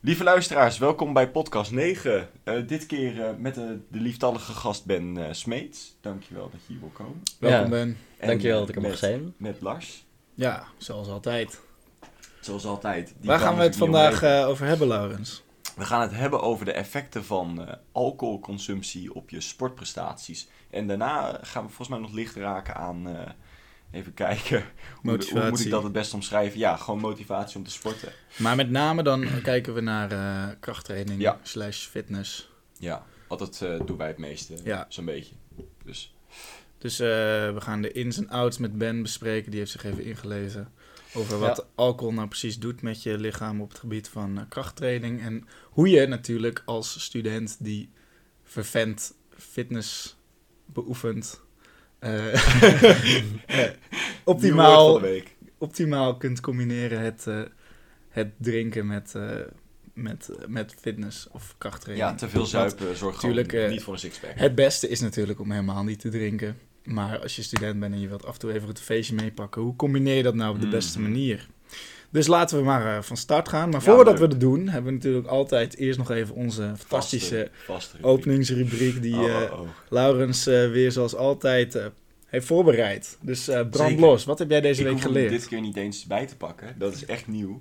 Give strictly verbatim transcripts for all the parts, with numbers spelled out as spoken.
Lieve luisteraars, welkom bij podcast negen. Uh, dit keer uh, met uh, de lieftallige gast Ben uh, Smeets. Dankjewel dat je hier wil komen. Welkom ja, Ben. En, Dankjewel dat ik er mag zijn. Met Lars. Ja, zoals altijd. Zoals altijd. Die Waar gaan we het vandaag uh, over hebben, Laurens? We gaan het hebben over de effecten van uh, alcoholconsumptie op je sportprestaties. En daarna gaan we volgens mij nog licht raken aan... Uh, Even kijken, hoe, hoe moet ik dat het best omschrijven? Ja, gewoon motivatie om te sporten. Maar met name dan kijken we naar uh, krachttraining ja. slash fitness. Ja, want dat uh, doen wij het meeste, ja. zo'n beetje. Dus, dus uh, we gaan de ins en outs met Ben bespreken. Die heeft zich even ingelezen over wat ja. alcohol nou precies doet met je lichaam op het gebied van uh, krachttraining. En hoe je natuurlijk als student die vervent fitness beoefent... Uh, uh, optimaal, optimaal kunt combineren het, uh, het drinken met, uh, met, uh, met fitness of krachttraining. Ja, te veel zuipen zorgt gewoon uh, niet voor een sixpack. Het beste is natuurlijk om helemaal niet te drinken. Maar als je student bent en je wilt af en toe even het feestje meepakken, hoe combineer je dat nou op de beste mm-hmm. manier? Dus laten we maar uh, van start gaan. Maar ja, voordat leuk. we dat doen, hebben we natuurlijk altijd eerst nog even onze fantastische vaste, vaste openingsrubriek. Die uh, oh, oh, oh. Laurens uh, weer zoals altijd uh, heeft voorbereid. Dus uh, brand Zeker. los. Wat heb jij deze ik week geleerd? Ik hoef dit keer niet eens bij te pakken. Dat is echt nieuw.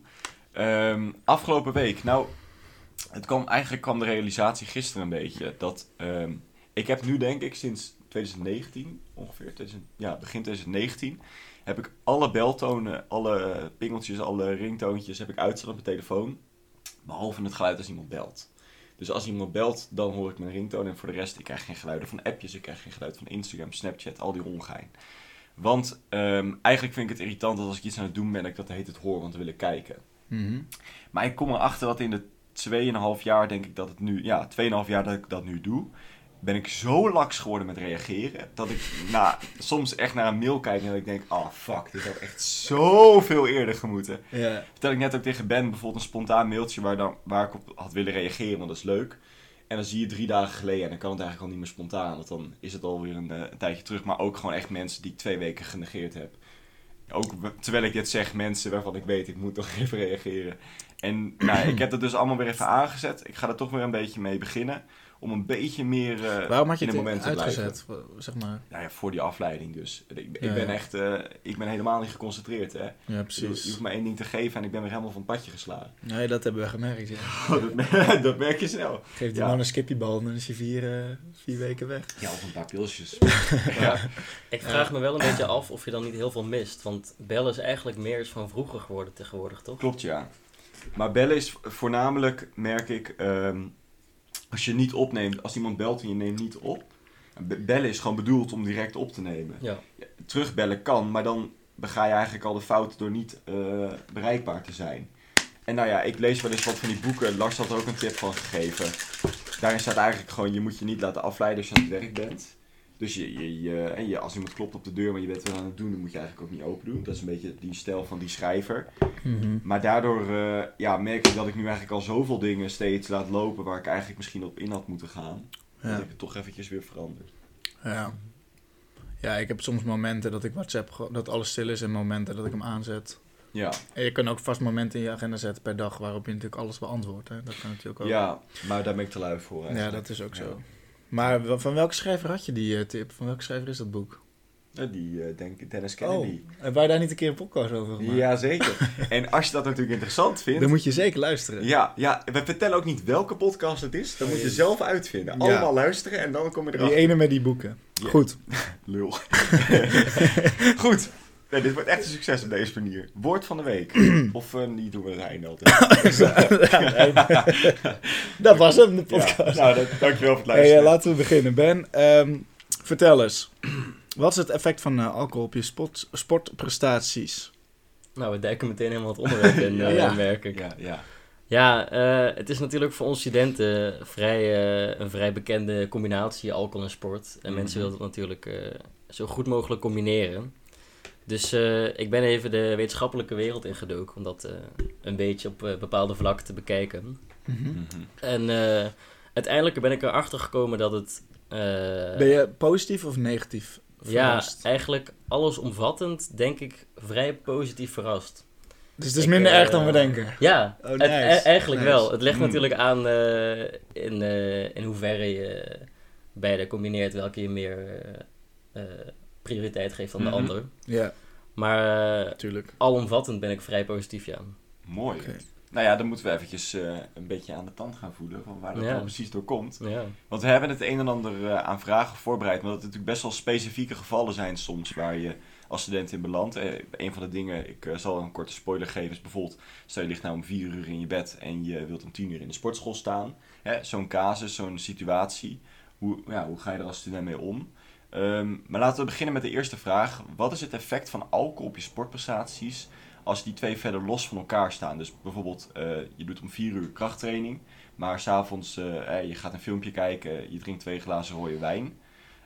Um, afgelopen week. Nou, het kwam, eigenlijk kwam de realisatie gisteren een beetje. Dat um, ik heb nu denk ik sinds twintig negentien ongeveer, twintig, ja begin twintig negentien... heb ik alle beltonen, alle pingeltjes, alle ringtoontjes heb ik uitstaan op mijn telefoon. Behalve het geluid als iemand belt. Dus als iemand belt, dan hoor ik mijn ringtoon. En voor de rest, ik krijg geen geluiden van appjes. Ik krijg geen geluid van Instagram, Snapchat, al die ongein. Want um, eigenlijk vind ik het irritant dat als ik iets aan het doen ben, dat ik dat heet het hoor, want dan wil ik kijken. Mm-hmm. Maar ik kom erachter dat in de twee komma vijf jaar, denk ik dat het nu, ja, twee komma vijf jaar dat ik dat nu doe, ben ik zo laks geworden met reageren, dat ik nou, soms echt naar een mail kijk en dat ik denk, oh fuck, dit had echt zoveel eerder gemoeten. Yeah. Vertel ik net ook tegen Ben, bijvoorbeeld een spontaan mailtje waar, dan, waar ik op had willen reageren, want dat is leuk. En dan zie je drie dagen geleden en dan kan het eigenlijk al niet meer spontaan, want dan is het alweer een, uh, een tijdje terug. Maar ook gewoon echt mensen die ik twee weken genegeerd heb. Ook terwijl ik dit zeg, mensen waarvan ik weet, ik moet toch even reageren. En nou, ik heb dat dus allemaal weer even aangezet. Ik ga er toch weer een beetje mee beginnen. Om een beetje meer uh, Waarom had je in het een moment uitgezet, te blijven. zeg maar? Nou ja, voor die afleiding dus. Ik, ik ja, ben ja. echt, uh, ik ben helemaal niet geconcentreerd, hè. Ja, precies. Je hoeft maar één ding te geven en ik ben weer helemaal van het padje geslagen. Nee, dat hebben we gemerkt, ja. Oh, dat, merk, dat merk je snel. Geef die ja. man een skippiebal en dan is hij vier, uh, vier weken weg. Ja, of een paar pilsjes. ja. Ik vraag me wel een beetje af of je dan niet heel veel mist. Want bellen is eigenlijk meer iets van vroeger geworden tegenwoordig, toch? Klopt, ja. Maar bellen is voornamelijk, merk ik... Um, als je niet opneemt, als iemand belt en je neemt niet op. Bellen is gewoon bedoeld om direct op te nemen. Ja. Terugbellen kan, maar dan bega je eigenlijk al de fout door niet uh, bereikbaar te zijn. En nou ja, ik lees wel eens wat van die boeken. Lars had er ook een tip van gegeven. Daarin staat eigenlijk gewoon, je moet je niet laten afleiden als je aan het werk bent. Dus je, je, je, en je, als iemand klopt op de deur, maar je bent wel aan het doen, dan moet je eigenlijk ook niet open doen. Dat is een beetje die stijl van die schrijver. Mm-hmm. Maar daardoor uh, ja, merk ik dat ik nu eigenlijk al zoveel dingen steeds laat lopen waar ik eigenlijk misschien op in had moeten gaan. Ja. Dat ik het toch eventjes weer verander. Ja. Ja, ik heb soms momenten dat ik WhatsApp, dat alles stil is en momenten dat ik hem aanzet. Ja. En je kan ook vast momenten in je agenda zetten per dag waarop je natuurlijk alles beantwoordt. Hè? Dat kan natuurlijk ook. Ja, maar daar ben ik te lui voor. Eigenlijk. Ja, dat is ook ja. zo. Maar van welke schrijver had je die uh, tip? Van welke schrijver is dat boek? Ja, die, uh, denk ik, Dennis Kennedy. Oh, heb wij daar niet een keer een podcast over gemaakt? Ja, zeker. En als je dat natuurlijk interessant vindt... Dan moet je zeker luisteren. Ja, ja, we vertellen ook niet welke podcast het is. Dat moet je zelf uitvinden. Allemaal ja. luisteren en dan kom je erachter. Die ene met die boeken. Yeah. Goed. Lul. Goed. Nee, dit wordt echt een succes op deze manier. Woord van de week. Of uh, die doen we het einde altijd. Dat was hem, de podcast. Ja, nou, dat, dankjewel voor het luisteren. Hey, uh, laten we beginnen. Ben, um, vertel eens. Wat is het effect van uh, alcohol op je sport, sportprestaties? Nou, we duiken meteen helemaal het onderwerp in, uh, ja. merk ik. Ja, ja. ja uh, het is natuurlijk voor ons studenten vrij, uh, een vrij bekende combinatie, alcohol en sport. En mm-hmm. mensen willen het natuurlijk uh, zo goed mogelijk combineren. Dus uh, ik ben even de wetenschappelijke wereld ingedoken om dat uh, een beetje op uh, bepaalde vlakken te bekijken. Mm-hmm. En uh, uiteindelijk ben ik erachter gekomen dat het... Uh, ben je positief of negatief verrast? Ja, eigenlijk allesomvattend denk ik vrij positief verrast. Dus het is Ik, minder uh, erg dan we denken. Ja, oh, het, nice. e- eigenlijk nice. wel. Het ligt Mm. natuurlijk aan uh, in, uh, in hoeverre je beide combineert welke je meer uh, uh, prioriteit geeft dan Mm-hmm. de ander. Ja, maar uh, tuurlijk. alomvattend ben ik vrij positief, ja. Mooi. Okay. Nou ja, dan moeten we eventjes uh, een beetje aan de tand gaan voelen van waar dat ja. dan precies door komt. Ja. Want we hebben het een en ander uh, aan vragen voorbereid, maar dat het natuurlijk best wel specifieke gevallen zijn soms waar je als student in belandt. Eh, een van de dingen, ik uh, zal een korte spoiler geven, is bijvoorbeeld, stel je ligt nou om vier uur in je bed en je wilt om tien uur in de sportschool staan. Hè, zo'n casus, zo'n situatie, hoe, ja, hoe ga je er als student mee om? Um, maar laten we beginnen met de eerste vraag. Wat is het effect van alcohol op je sportprestaties als die twee verder los van elkaar staan? Dus bijvoorbeeld, uh, je doet om vier uur krachttraining, maar s'avonds uh, eh, je gaat een filmpje kijken, je drinkt twee glazen rode wijn.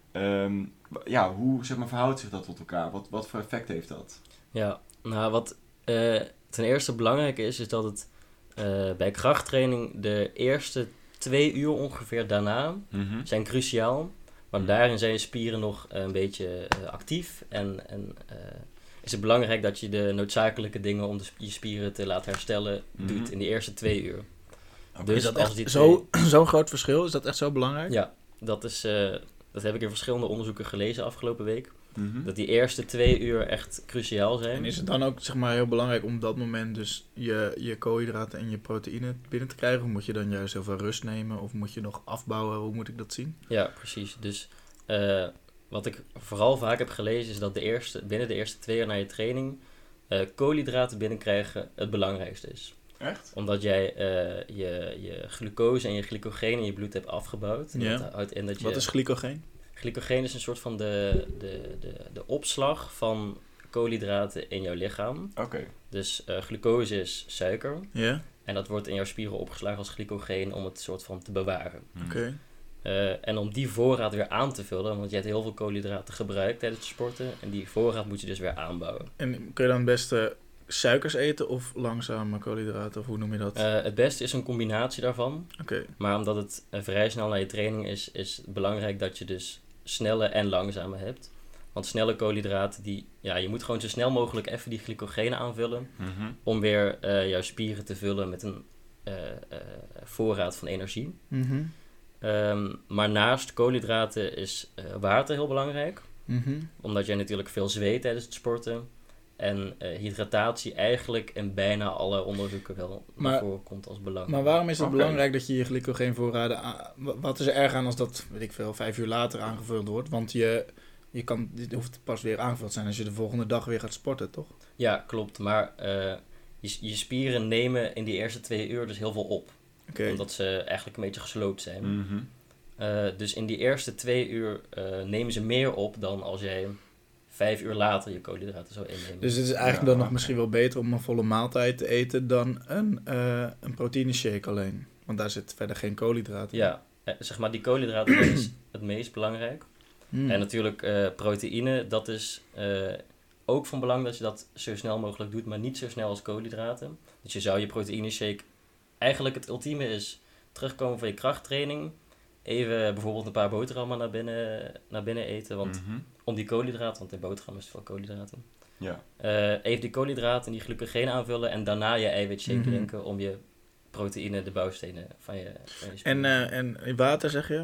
Um, ja, hoe zeg maar, verhoudt zich dat tot elkaar? Wat, wat voor effect heeft dat? Ja, nou wat uh, ten eerste belangrijk is, is dat het uh, bij krachttraining de eerste twee uur ongeveer daarna Mm-hmm. zijn cruciaal. Want daarin zijn je spieren nog uh, een beetje uh, actief en, en uh, is het belangrijk dat je de noodzakelijke dingen om de sp- je spieren te laten herstellen Mm-hmm. doet in de eerste twee uur. Okay, Dus is dat als echt die zo, twee... zo'n groot verschil? Is dat echt zo belangrijk? Ja, dat, is, uh, dat heb ik in verschillende onderzoeken gelezen afgelopen week. Mm-hmm. Dat die eerste twee uur echt cruciaal zijn. En is het dan ook zeg maar, heel belangrijk om op dat moment dus je, je koolhydraten en je proteïne binnen te krijgen? Of moet je dan juist heel veel rust nemen? Of moet je nog afbouwen? Hoe moet ik dat zien? Ja, precies. Dus uh, wat ik vooral vaak heb gelezen is dat de eerste, binnen de eerste twee uur na je training uh, koolhydraten binnenkrijgen het belangrijkste is. Echt? Omdat jij uh, je, je glucose en je glycogeen in je bloed hebt afgebouwd. En Ja. dat houdt in dat je... Wat is glycogeen? Glycogeen is een soort van de, de, de, de opslag van koolhydraten in jouw lichaam. Oké. Okay. Dus uh, glucose is suiker. Ja. En dat wordt in jouw spieren opgeslagen als glycogeen om het soort van te bewaren. Hmm. Oké. Okay. Uh, en om die voorraad weer aan te vullen, want je hebt heel veel koolhydraten gebruikt tijdens het sporten. En die voorraad moet je dus weer aanbouwen. En kun je dan het beste suikers eten of langzame koolhydraten? Of hoe noem je dat? Uh, het beste is een combinatie daarvan. Oké. Okay. Maar omdat het uh, vrij snel na je training is, is het belangrijk dat je dus snelle en langzame hebt. Want snelle koolhydraten, die, ja, je moet gewoon zo snel mogelijk even die glycogeen aanvullen. Mm-hmm. Om weer uh, jouw spieren te vullen met een uh, uh, voorraad van energie. Mm-hmm. Um, maar naast koolhydraten is uh, water heel belangrijk. Mm-hmm. Omdat jij natuurlijk veel zweet tijdens het sporten. En uh, hydratatie eigenlijk in bijna alle onderzoeken wel naar voren komt als belangrijk. Maar waarom is het okay. belangrijk dat je je glycogeenvoorraden... A- wat is er erg aan als dat, weet ik veel, vijf uur later aangevuld wordt? Want je, je kan, dit hoeft pas weer aangevuld te zijn als je de volgende dag weer gaat sporten, toch? Ja, klopt. Maar uh, je, je spieren nemen in die eerste twee uur dus heel veel op. Okay. Omdat ze eigenlijk een beetje gesloopt zijn. Mm-hmm. Uh, dus in die eerste twee uur uh, nemen ze meer op dan als jij vijf uur later je koolhydraten zou innemen. Dus het is eigenlijk ja, dan nog okay. misschien wel beter om een volle maaltijd te eten dan een, uh, een proteïne shake alleen. Want daar zit verder geen koolhydraten in. Ja, uh, zeg maar die koolhydraten dat is het meest belangrijk. Hmm. En natuurlijk uh, proteïne, dat is uh, ook van belang dat je dat zo snel mogelijk doet, maar niet zo snel als koolhydraten. Dus je zou je proteïne shake, eigenlijk het ultieme is terugkomen van je krachttraining, even bijvoorbeeld een paar boterhammen naar binnen, naar binnen eten, want Mm-hmm. om die koolhydraten, want in boterham is het veel koolhydraten. Ja. Uh, even die koolhydraten en die glycogeen aanvullen en daarna je eiwitshake Mm-hmm. drinken om je proteïne, de bouwstenen van je, van je En, uh, en water zeg je?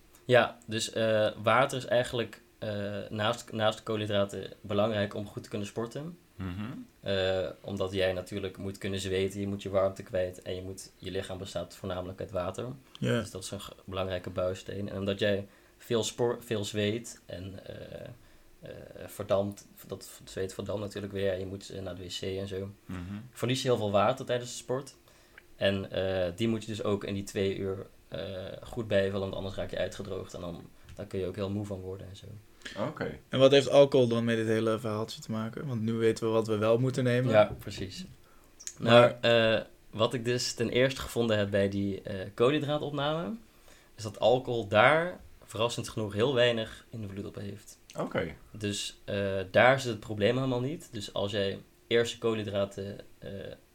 Ja, dus uh, water is eigenlijk uh, naast, naast de koolhydraten belangrijk om goed te kunnen sporten. Mm-hmm. Uh, omdat jij natuurlijk moet kunnen zweten, je moet je warmte kwijt en je, moet, je lichaam bestaat voornamelijk uit water. Ja. Dus dat is een g- belangrijke bouwsteen. En omdat jij veel, spor- veel zweet en uh, uh, verdampt, dat zweet verdampt natuurlijk weer, je moet uh, naar de wc en zo. Mm-hmm. Verlies je heel veel water tijdens de sport. En uh, die moet je dus ook in die twee uur uh, goed bijvullen, want anders raak je uitgedroogd en dan, dan kun je ook heel moe van worden en zo. Oké. Okay. En wat heeft alcohol dan met dit hele verhaaltje te maken? Want nu weten we wat we wel moeten nemen. Ja, precies. Maar uh, wat ik dus ten eerste gevonden heb bij die uh, koolhydraatopname, is dat alcohol daar verrassend genoeg heel weinig invloed op heeft. Oké. Okay. Dus uh, daar zit het probleem helemaal niet. Dus als jij eerst je koolhydraten uh,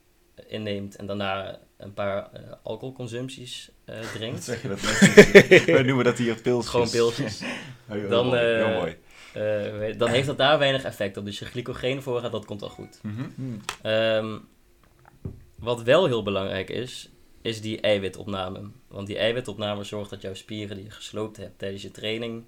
inneemt en daarna een paar uh, alcoholconsumpties uh, drinkt. Wat zeg je dat net? Wij noemen dat hier pilsjes. Gewoon pilsjes. Heel, dan, mooi. Uh, heel mooi. uh, weet, dan heeft dat daar weinig effect op. Dus je glycogeenvoorraad, dat komt al goed. Mm-hmm. Hmm. Um, wat wel heel belangrijk is, is die eiwitopname. Want die eiwitopname zorgt dat jouw spieren die je gesloopt hebt tijdens je training...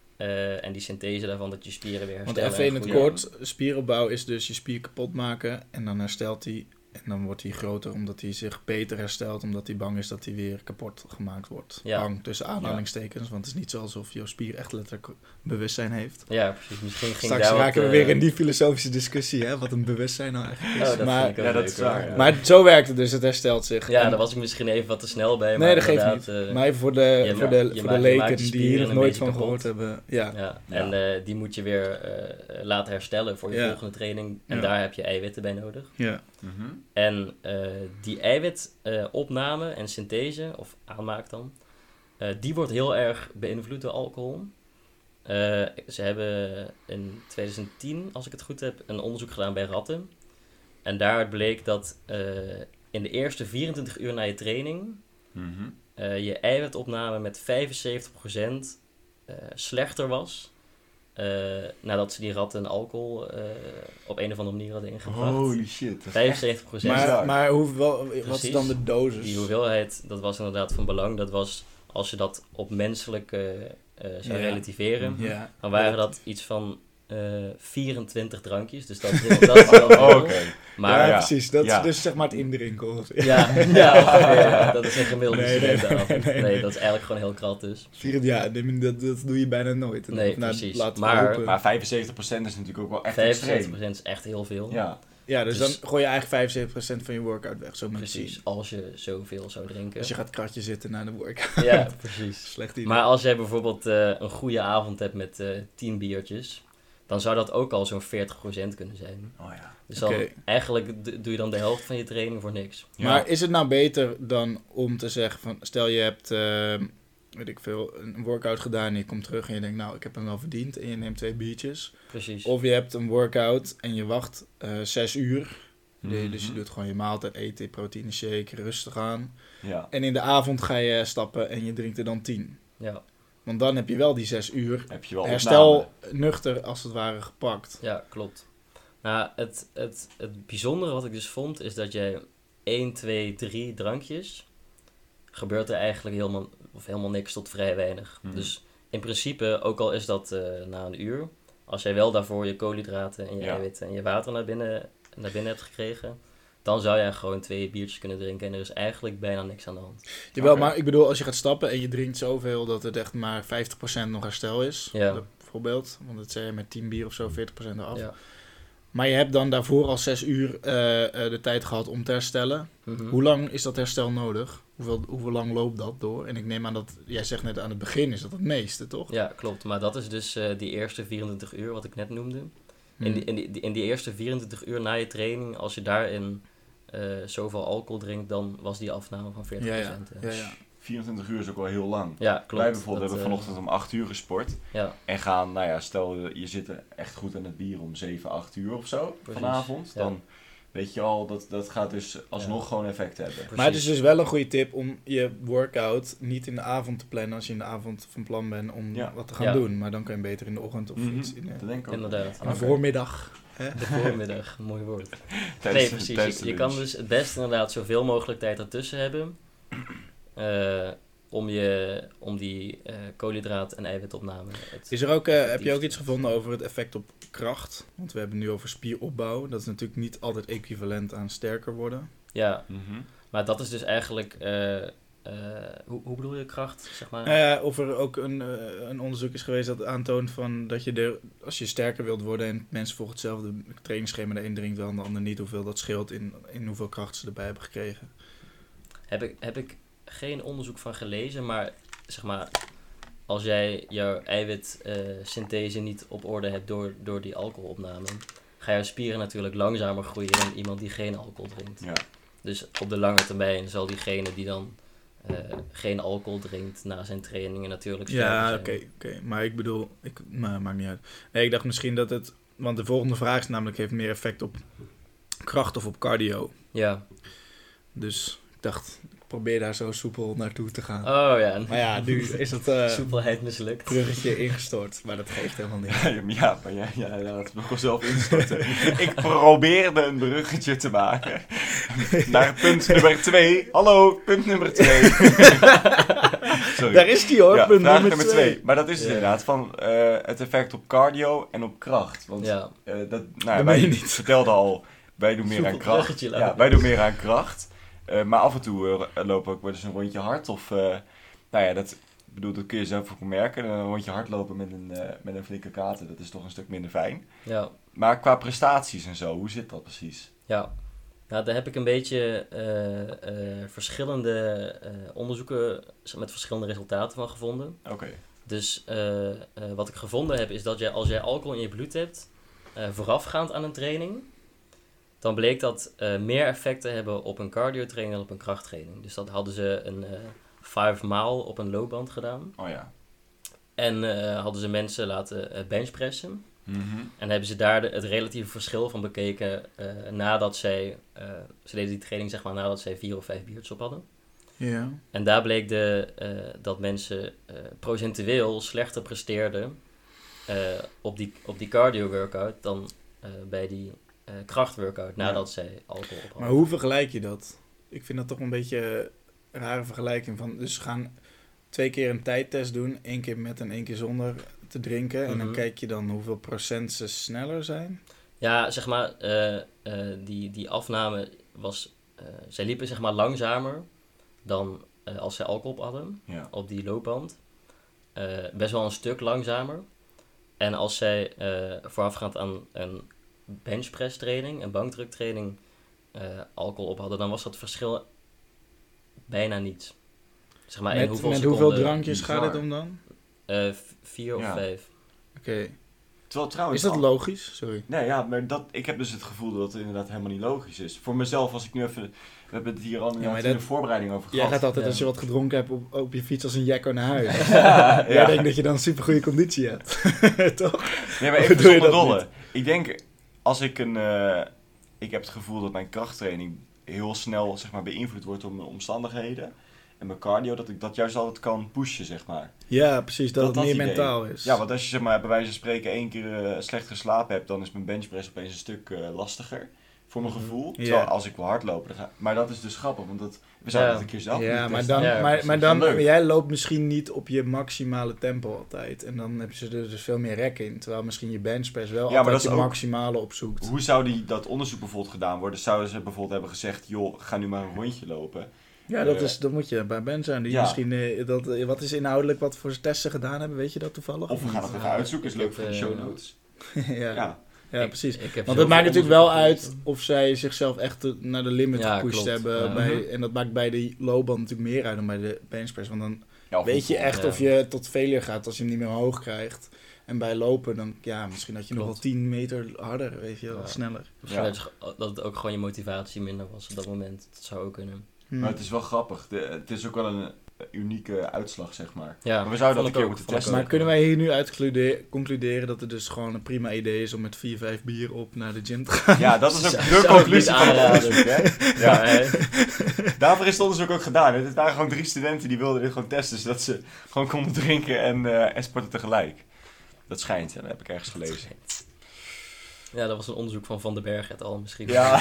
Uh, en die synthese daarvan, dat je spieren weer herstellen. Want even in het kort, spieropbouw is dus je spier kapot maken en dan herstelt hij. En dan wordt hij groter omdat hij zich beter herstelt, omdat hij bang is dat hij weer kapot gemaakt wordt. Ja. Bang tussen aanhalingstekens, want het is niet zo alsof jouw spier echt letterlijk bewustzijn heeft. Ja, precies. Misschien ging Straks daar raken wat, we uh... weer in die filosofische discussie, hè, wat een bewustzijn nou eigenlijk is. Oh, dat maar, vind ik ook ja, dat leuk, is waar, ja. maar zo werkt het dus, het herstelt zich. Ja, en, daar was ik misschien even wat te snel bij. nee, maar dat geeft niet. Uh, maar even voor de, je voor ma- de, je voor de maakt- je maakt leken je die hier spieren nog een nooit beetje van kapot. gehoord hebben. Ja. Ja, Ja. en uh, die moet je weer uh, laten herstellen voor je Ja. volgende training. En Ja. daar heb je eiwitten bij nodig. Ja. Mm-hmm. En uh, die eiwitopname uh, en synthese, of aanmaak dan, uh, die wordt heel erg beïnvloed door alcohol. Uh, ze hebben in twintig tien, als ik het goed heb, een onderzoek gedaan bij ratten. En daaruit bleek dat uh, in de eerste vierentwintig uur na je training Mm-hmm. uh, je eiwitopname met vijfenzeventig procent uh, slechter was. Uh, nadat ze die ratten alcohol uh, op een of andere manier hadden ingebracht. Holy shit. dat is vijfenzeventig procent. Maar- Maar, maar hoe, wel, wat is Precies. dan de dosis? Die hoeveelheid, dat was inderdaad van belang. Dat was, als je dat op menselijk uh, uh, zou Ja. relativeren, Mhm. Ja. dan waren dat iets van uh, vierentwintig drankjes. Dus dat, dat is wel veel. echt- Oh, oké. Maar ja, ja, precies. Dat Ja. is dus zeg maar het indrinken. Of, ja, ja, ongeveer. Dat is een gemiddelde Nee, nee, studentenavond. nee, Nee, nee, nee. dat is eigenlijk gewoon heel krat dus. Vier, ja, dat, dat doe je bijna nooit. Nee, Nou, precies. laat het Maar- open. Maar vijfenzeventig procent is natuurlijk ook wel echt vijfenzeventig extreem. procent is echt heel veel. Ja. ja, dus, dus- dan gooi je eigenlijk vijfenzeventig procent van je workout weg. Zo moet je het Precies, zien. als je zoveel zou drinken. Als je gaat kratje zitten na de workout. Ja, precies. Slecht idee. Maar als jij bijvoorbeeld uh, een goede avond hebt met uh, tien biertjes, dan zou dat ook al zo'n veertig procent kunnen zijn. Oh ja. Dus dan, Oké. eigenlijk d- doe je dan de helft van je training voor niks. Ja. Maar is het nou beter dan om te zeggen van... Stel je hebt, uh, weet ik veel, een workout gedaan en je komt terug en je denkt... Nou, ik heb hem wel verdiend en je neemt twee biertjes. Precies. Of je hebt een workout en je wacht uh, zes uur. Mhm. Dus je doet gewoon je maaltijd eten, proteïne shake, rustig aan. Ja. En in de avond ga je stappen en je drinkt er dan tien. Ja, Want dan heb je wel die zes uur Heb je wel herstel opname. nuchter als het ware gepakt. ja, klopt. Nou, het, het, het bijzondere wat ik dus vond, is dat jij één, twee, drie drankjes, gebeurt er eigenlijk helemaal, of helemaal niks tot vrij weinig. Mhm. Dus in principe, ook al is dat uh, na een uur, als jij wel daarvoor je koolhydraten en je Ja. eiwitten en je water naar binnen, naar binnen hebt gekregen, dan zou jij gewoon twee biertjes kunnen drinken en er is eigenlijk bijna niks aan de hand. Jawel, Oké. maar ik bedoel, als je gaat stappen en je drinkt zoveel dat het echt maar vijftig procent nog herstel is. Ja. Bijvoorbeeld, want dat zei je met tien bier of zo, veertig procent eraf. Ja. Maar je hebt dan daarvoor al zes uur uh, uh, de tijd gehad om te herstellen. Mhm. Hoe lang is dat herstel nodig? Hoeveel, hoeveel lang loopt dat door? En ik neem aan dat, jij zegt net aan het begin is dat het meeste, toch? Ja, klopt. Maar dat is dus uh, die eerste vierentwintig uur wat ik net noemde. Hmm. In, die, in, die, in die eerste vierentwintig uur na je training, als je daarin uh, zoveel alcohol drinkt, dan was die afname van veertig procent. Ja, ja, ja, ja. vierentwintig uur is ook wel heel lang. Ja, klopt. Wij bijvoorbeeld Dat, hebben uh, vanochtend om acht uur gesport. Ja, En gaan, nou ja, stel je zit er echt goed aan het bier om zeven, acht uur of zo Precies, vanavond. ja. Dan weet je al, dat, dat gaat dus alsnog Ja. gewoon effect hebben. precies. Maar het is dus wel een goede tip om je workout niet in de avond te plannen als je in de avond van plan bent om Ja. wat te gaan Ja. doen. Maar dan kan je beter in de ochtend of Mhm. iets in de, Dat denk ik ook. Inderdaad. aan de Oké. voormiddag. Hè? De voormiddag, mooi woord. Tijdens- Nee, precies. tijdens Je, de je kan lunch. dus het beste inderdaad zoveel mogelijk tijd ertussen hebben. Uh, om, je, om die uh, koolhydraat- en eiwitopname. Het, Is er ook, uh, heb je ook effectiefste. iets gevonden over het effect op kracht? Want we hebben nu over spieropbouw. Dat is natuurlijk niet altijd equivalent aan sterker worden. Ja, Mhm. maar dat is dus eigenlijk... Uh, uh, hoe, hoe bedoel je kracht, zeg maar? Nou ja, of er ook een, uh, een onderzoek is geweest dat aantoont van dat je er, als je sterker wilt worden en mensen volgen hetzelfde trainingsschema, de een drinkt wel en de ander niet, hoeveel dat scheelt in, in hoeveel kracht ze erbij hebben gekregen. Heb ik, heb ik geen onderzoek van gelezen, maar zeg maar, als jij jouw eiwitsynthese uh, niet op orde hebt door, door die alcoholopname, ga jouw spieren natuurlijk langzamer groeien dan iemand die geen alcohol drinkt. Ja. Dus op de lange termijn zal diegene die dan uh, geen alcohol drinkt na zijn trainingen natuurlijk sterker Ja, zijn. oké, okay, okay. Maar ik bedoel, ik, maar maakt niet uit. Nee, ik dacht misschien dat het, want de volgende vraag is namelijk, heeft meer effect op kracht of op cardio? Ja, Dus ik dacht, ik probeer daar zo soepel naartoe te gaan. Oh ja. Maar ja, nu is het uh, soepelheid mislukt. bruggetje ingestort, maar dat geeft helemaal niet. Ja, maar ja, ja, ja, dat is nog wel zelf instorten. Ik probeerde een bruggetje te maken naar punt nummer twee. Hallo, punt nummer twee. Sorry. Daar is die hoor, ja, punt vraag nummer, nummer twee. twee. Maar dat is het Ja. inderdaad van uh, het effect op cardio en op kracht. Want Ja. uh, dat, nou, Dat ja, meen wij je niet. vertelden al, wij doen meer Soepel aan kracht. bruggetje Ja, lopen. wij doen meer aan kracht. Uh, maar af en toe uh, lopen we ook wel eens een rondje hard. Of, uh, nou ja, dat, bedoel, dat kun je zelf ook merken. Een rondje hardlopen met een, uh, met een flinke kater, dat is toch een stuk minder fijn. Ja. Maar qua prestaties en zo, hoe zit dat precies? Ja. Nou, daar heb ik een beetje uh, uh, verschillende uh, onderzoeken met verschillende resultaten van gevonden. Oké. Okay. Dus uh, uh, wat ik gevonden heb is dat jij, als jij alcohol in je bloed hebt, uh, voorafgaand aan een training, dan bleek dat uh, meer effect te hebben op een cardio-training dan op een krachttraining. Dus dat hadden ze een uh, vijf mile op een loopband gedaan. Oh ja. En uh, hadden ze mensen laten uh, benchpressen. Mm-hmm. En hebben ze daar de, het relatieve verschil van bekeken uh, nadat zij, uh, ze deden die training zeg maar nadat zij vier of vijf biertjes op hadden. Ja. En daar bleek de, uh, dat mensen uh, procentueel slechter presteerden uh, op die, op die cardio workout dan uh, bij die uh, krachtworkout nadat ja. zij alcohol op hadden. Maar hoe vergelijk je dat? Ik vind dat toch een beetje een rare vergelijking van, dus we gaan twee keer een tijdtest doen, één keer met en één keer zonder te drinken. En mm-hmm. dan kijk je dan hoeveel procent ze sneller zijn. Ja, zeg maar, uh, uh, die, die afname was, uh, zij liepen zeg maar langzamer dan uh, als zij alcohol op hadden, ja. op die loopband. Uh, best wel een stuk langzamer. En als zij uh, voorafgaand aan een benchpress training, een bankdruktraining, uh, alcohol op hadden, dan was dat verschil bijna niets. Zeg maar, met in hoeveel met seconden, hoeveel drankjes bizar. Gaat het om dan? Uh, vier of ja. vijf. Oké. Okay. Terwijl trouwens... Is dat logisch? Sorry. Nee, ja, maar dat, ik heb dus het gevoel dat het inderdaad helemaal niet logisch is. Voor mezelf, als ik nu even... We hebben het hier al ja, in de voorbereiding over gehad. Jij gaat altijd, ja. als je wat gedronken hebt, op, op je fiets als een jekko naar huis. ja, ja. Jij denkt dat je dan super goede conditie hebt. Toch? Nee, maar even zonder dolle. Ik denk, als ik een... Uh, ik heb het gevoel dat mijn krachttraining heel snel, zeg maar, beïnvloed wordt door mijn omstandigheden. En mijn cardio, dat ik dat juist altijd kan pushen, zeg maar. Ja, precies, dat, dat het meer idee. mentaal is. Ja, want als je, zeg maar, bij wijze van spreken één keer uh, slecht geslapen hebt, dan is mijn benchpress opeens een stuk uh, lastiger. Voor mijn gevoel. Ja. Terwijl als ik wil hardlopen, dan ga... maar dat is dus grappig, want dat, we zouden ja. dat een keer zelf ja, maar dan, ja, maar, maar dan, maar jij loopt misschien niet op je maximale tempo altijd. En dan heb je er dus veel meer rek in. Terwijl misschien je benchpress wel ja, altijd je ook, maximale opzoekt. Hoe zou die, dat onderzoek bijvoorbeeld gedaan worden? Zouden ze bijvoorbeeld hebben gezegd, joh, ga nu maar een rondje lopen. Ja, dat, is, dat moet je bij Ben zijn. Die ja. misschien, uh, dat, uh, wat is inhoudelijk wat voor testen gedaan hebben? Weet je dat toevallig? Of we gaan het even uitzoeken, is leuk voor de show notes. ja. ja. Ja, ik, precies. Ik Want het maakt natuurlijk wel uit of zij zichzelf echt te, naar de limit ja, gepusht klopt. hebben. Ja. Bij, en dat maakt bij de loopband natuurlijk meer uit dan bij de benchpress. Want dan ja, weet je echt ja. of je tot failure gaat als je hem niet meer omhoog krijgt. En bij lopen, dan ja, misschien dat je klopt. nog wel tien meter harder, weet je wel, ja. sneller. Misschien ja. dat het ook gewoon je motivatie minder was op dat moment. Dat zou ook kunnen. Hmm. Maar het is wel grappig. De, het is ook wel een unieke uitslag, zeg maar. Ja, maar we zouden dat een keer moeten testen. Maar kunnen wij hier nu uit concluderen dat het dus gewoon een prima idee is om met vier, vijf bier op naar de gym te gaan? Ja, dat is ook de conclusie van het onderzoek, hè? Ja, hè? Daarvoor is het onderzoek ook gedaan. Het waren gewoon drie studenten die wilden dit gewoon testen, zodat ze gewoon konden drinken en, uh, en sporten tegelijk. Dat schijnt, ja, dat heb ik ergens gelezen. Ja, dat was een onderzoek van Van den Berg et al misschien. Ja.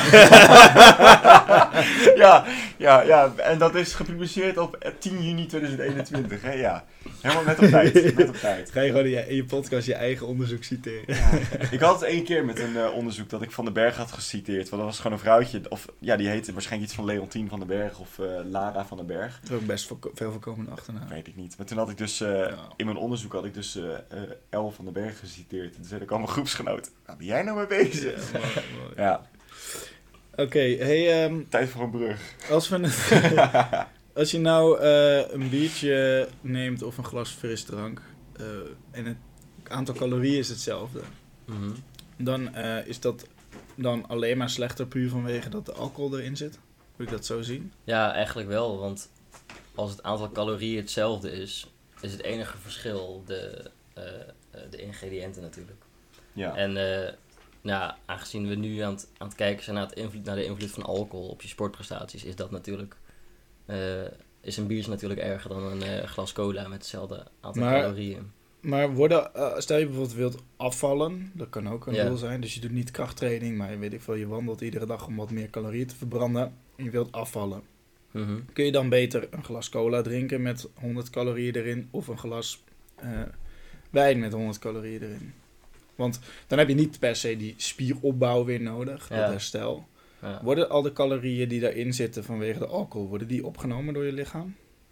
ja, ja, ja, en dat is gepubliceerd op tien juni tweeduizend eenentwintig, hè? Ja, helemaal net op tijd. Net op tijd. Ga je gewoon in je podcast je eigen onderzoek citeren? Ja. Ik had het één keer met een uh, onderzoek dat ik Van den Berg had geciteerd, want dat was gewoon een vrouwtje, of ja, die heette waarschijnlijk iets van Leontien van den Berg of uh, Lara van den Berg. Dat is ook best vo- veel voorkomende achternaam. Weet ik niet. Maar toen had ik dus, uh, ja. in mijn onderzoek had ik dus uh, uh, L van den Berg geciteerd. En toen zeiden ik allemaal groepsgenoten, waar ben jij nou mee bezig? Ja, mooi, mooi. Ja. Oké, okay, hey... Um, tijd voor een brug. Als, we als je nou uh, een biertje neemt of een glas frisdrank uh, en het aantal calorieën is hetzelfde, mm-hmm. dan uh, is dat dan alleen maar slechter puur vanwege dat de alcohol erin zit? Moet ik dat zo zien? Ja, eigenlijk wel, want als het aantal calorieën hetzelfde is, is het enige verschil de, uh, de ingrediënten natuurlijk. Ja. En uh, nou, aangezien we nu aan het, aan het kijken zijn naar, het invloed, naar de invloed van alcohol op je sportprestaties, is dat natuurlijk uh, is een biertje natuurlijk erger dan een uh, glas cola met hetzelfde aantal Maar- calorieën. Maar worden, uh, stel je bijvoorbeeld wilt afvallen, dat kan ook een Ja. doel zijn. Dus je doet niet krachttraining, maar weet ik veel, je wandelt iedere dag om wat meer calorieën te verbranden. En je wilt afvallen. Mhm. Kun je dan beter een glas cola drinken met honderd calorieën erin of een glas uh, wijn met honderd calorieën erin? Want dan heb je niet per se die spieropbouw weer nodig, Ja. dat herstel. Ja. Worden al de calorieën die daarin zitten vanwege de alcohol, worden die opgenomen door je lichaam?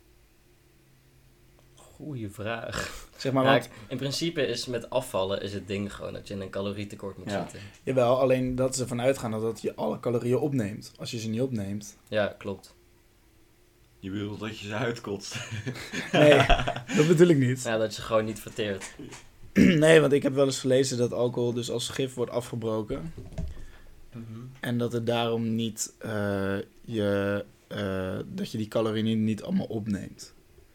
Goeie vraag. Zeg maar, Ja, want, ik- in principe is met afvallen is het ding gewoon dat je in een calorietekort moet Ja. zitten. jawel, alleen dat ze ervan uitgaan dat dat je alle calorieën opneemt. Als je ze niet opneemt. Ja, klopt. Je bedoelt dat je ze uitkotst. Nee, dat bedoel ik niet. Ja, dat je gewoon niet verteert. Nee, want ik heb wel eens gelezen dat alcohol dus als gif wordt afgebroken. Mhm. En dat het daarom niet eh, je, eh, dat je die calorieën niet allemaal opneemt.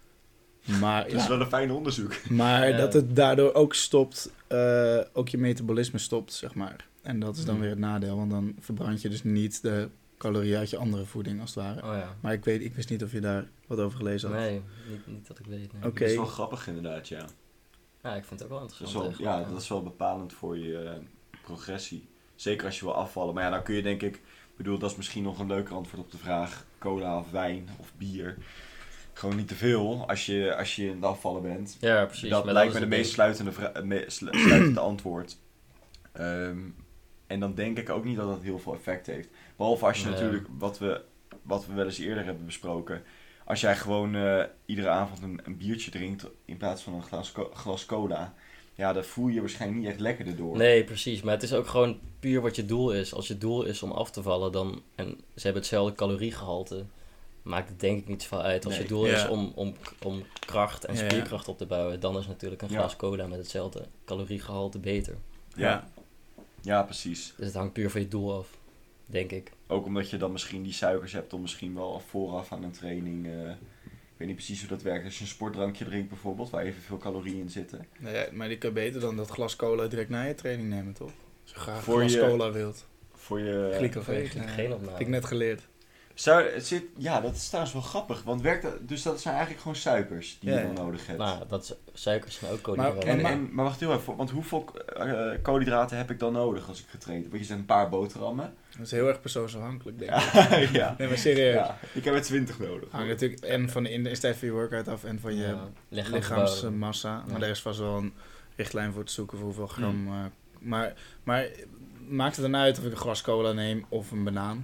Maar, Dat is ja, wel een fijn onderzoek. maar Ja. dat het daardoor ook stopt, eh, ook je metabolisme stopt, zeg maar. En dat is dan Hmm. weer het nadeel, want dan verbrand je dus niet de calorieën uit je andere voeding, als het ware. Oh ja. Maar ik weet, ik wist niet of je daar wat over gelezen had. Nee, niet, niet dat ik weet. Nee. Oké. Dat is wel grappig inderdaad, ja. Ja, ik vind het ook wel Dat is interessant. wel, eigenlijk. ja, dat is wel bepalend voor je eh, progressie. Zeker als je wil afvallen. Maar ja, dan kun je denk ik... Ik bedoel, dat is misschien nog een leuker antwoord op de vraag... Cola of wijn of bier. Gewoon niet te veel als je, als je in het afvallen bent. Ja, precies. dat maar lijkt is me de het meest ding. sluitende, vra- eh, me- slu- sluitende antwoord. Ehm, en dan denk ik ook niet dat dat heel veel effect heeft. Behalve als je Nee. natuurlijk, wat we, wat we wel eens eerder hebben besproken... Als jij gewoon eh, iedere avond een, een biertje drinkt in plaats van een glas, co- glas cola... Ja, dan voel je je waarschijnlijk niet echt lekker erdoor. Nee, precies. Maar het is ook gewoon puur wat je doel is. Als je doel is om af te vallen, dan... En ze hebben hetzelfde caloriegehalte. Maakt het denk ik niet zoveel uit. Als Nee. je doel Ja. is om, om, om kracht en Ja, ja. spierkracht op te bouwen, dan is natuurlijk een Ja. glas cola met hetzelfde caloriegehalte beter. Ja, ja, precies. Dus het hangt puur van je doel af, denk ik. Ook omdat je dan misschien die suikers hebt om misschien wel vooraf aan een training... eh, ik weet niet precies hoe dat werkt. Als je een sportdrankje drinkt bijvoorbeeld, waar evenveel calorieën in zitten. Nee, ja, maar die kan beter dan dat glas cola direct na je training nemen, toch? Als je graag Voor een glas je- cola wilt. Voor je... Glycofeen. Voor je eh, geen opname. Heb ik net geleerd. Zou, het zit, ja, dat is trouwens wel grappig. Want werkt dat, dus dat zijn eigenlijk gewoon suikers die Ja, je dan ja. nodig hebt. Nou, dat is, suikers zijn ook Maar- koolhydraten. en, maar- en, maar wacht heel even, want hoeveel eh, koolhydraten heb ik dan nodig als ik getraind heb? Want je zegt een paar boterhammen. Dat is heel erg persoonsafhankelijk, denk ik. Ja, ja. Nee, maar serieus. Ja, ik heb er twintig nodig. Hangt natuurlijk en van de intensiteit van je workout af en van je Ja, lichaamsbouw. lichaamsmassa. Maar Ja. er is vast wel een richtlijn voor te zoeken voor hoeveel gram. eh, maar, maar maakt het dan uit of ik een glas cola neem of een banaan?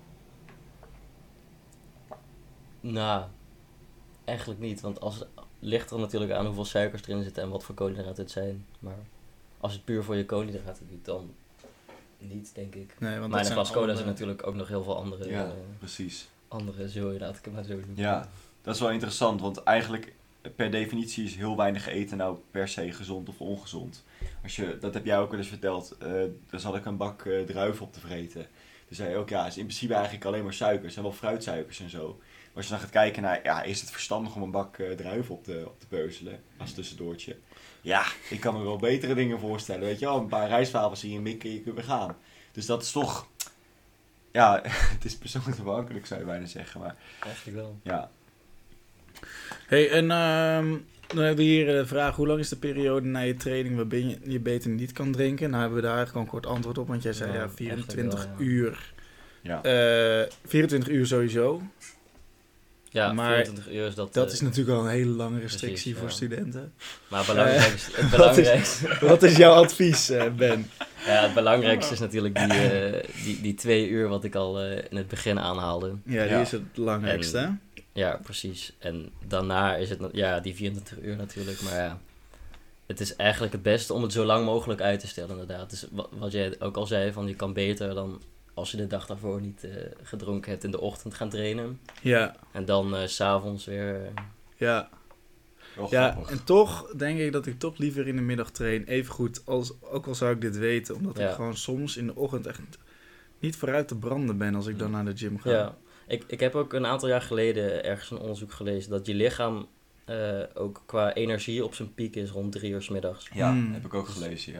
Nou, eigenlijk niet. Want als, het ligt er natuurlijk aan hoeveel suikers erin zitten en wat voor koolhydraten het zijn. Maar als het puur voor je koolhydraten doet, dan niet, denk ik. Nee, want Maar dat in een zijn glas cola alle- zijn natuurlijk ook nog heel veel andere, Ja, eh, precies. andere zooi, laat ik het maar zo doen. Ja, dat is wel interessant, want eigenlijk per definitie is heel weinig eten nou per se gezond of ongezond. Als je, dat heb jij ook wel eens verteld, uh, dan zat ik een bak uh, druiven op te vreten. Toen zei je ook, ja, het is in principe eigenlijk alleen maar suikers en wel fruitsuikers en zo. Maar als je dan gaat kijken naar, ja, is het verstandig om een bak uh, druiven op te, op te peuzelen als tussendoortje? Ja, ik kan me wel betere dingen voorstellen, weet je wel. Een paar rijstwafels hier mikken en je kunt weer gaan. Dus dat is toch, ja, het is persoonlijk afhankelijk zou je bijna zeggen, maar Eigenlijk wel. ja. Hey, en ehm, dan hebben we hier de vraag, hoe lang is de periode na je training waarbij je, je beter niet kan drinken? Nou hebben we daar eigenlijk al een kort antwoord op, want jij zei Ja, ja, vierentwintig eigenlijk wel, ja. uur. Ja. Eh, vierentwintig uur sowieso. Ja, Maar vierentwintig uur is dat... Dat eh, is natuurlijk al een hele lange restrictie precies, voor ja. studenten. Maar het belangrijkste, het, Wat is- belangrijkste, Wat is jouw advies, eh, Ben? ja, het belangrijkste is natuurlijk die, eh, die, die twee uur wat ik al eh, in het begin aanhaalde. Ja, die Ja. is het belangrijkste. hè? Ja, precies. En daarna is het, na- ja, die vierentwintig uur natuurlijk, maar ja. Het is eigenlijk het beste om het zo lang mogelijk uit te stellen, inderdaad. Dus wa- wat jij ook al zei, van je kan beter dan als je de dag daarvoor niet eh, gedronken hebt in de ochtend gaan trainen. Ja, En dan eh, 's s'avonds weer... eh, ja. Wel Ja, grappig. en toch denk ik dat ik toch liever in de middag train. Even goed, als, ook al zou ik dit weten. Omdat Ja. ik gewoon soms in de ochtend echt niet vooruit te branden ben als ik dan naar de gym ga. ja. Ik, ik heb ook een aantal jaar geleden ergens een onderzoek gelezen dat je lichaam eh, ook qua energie op zijn piek is rond drie uur 's middags. Ja, Hmm. heb ik ook gelezen, ja.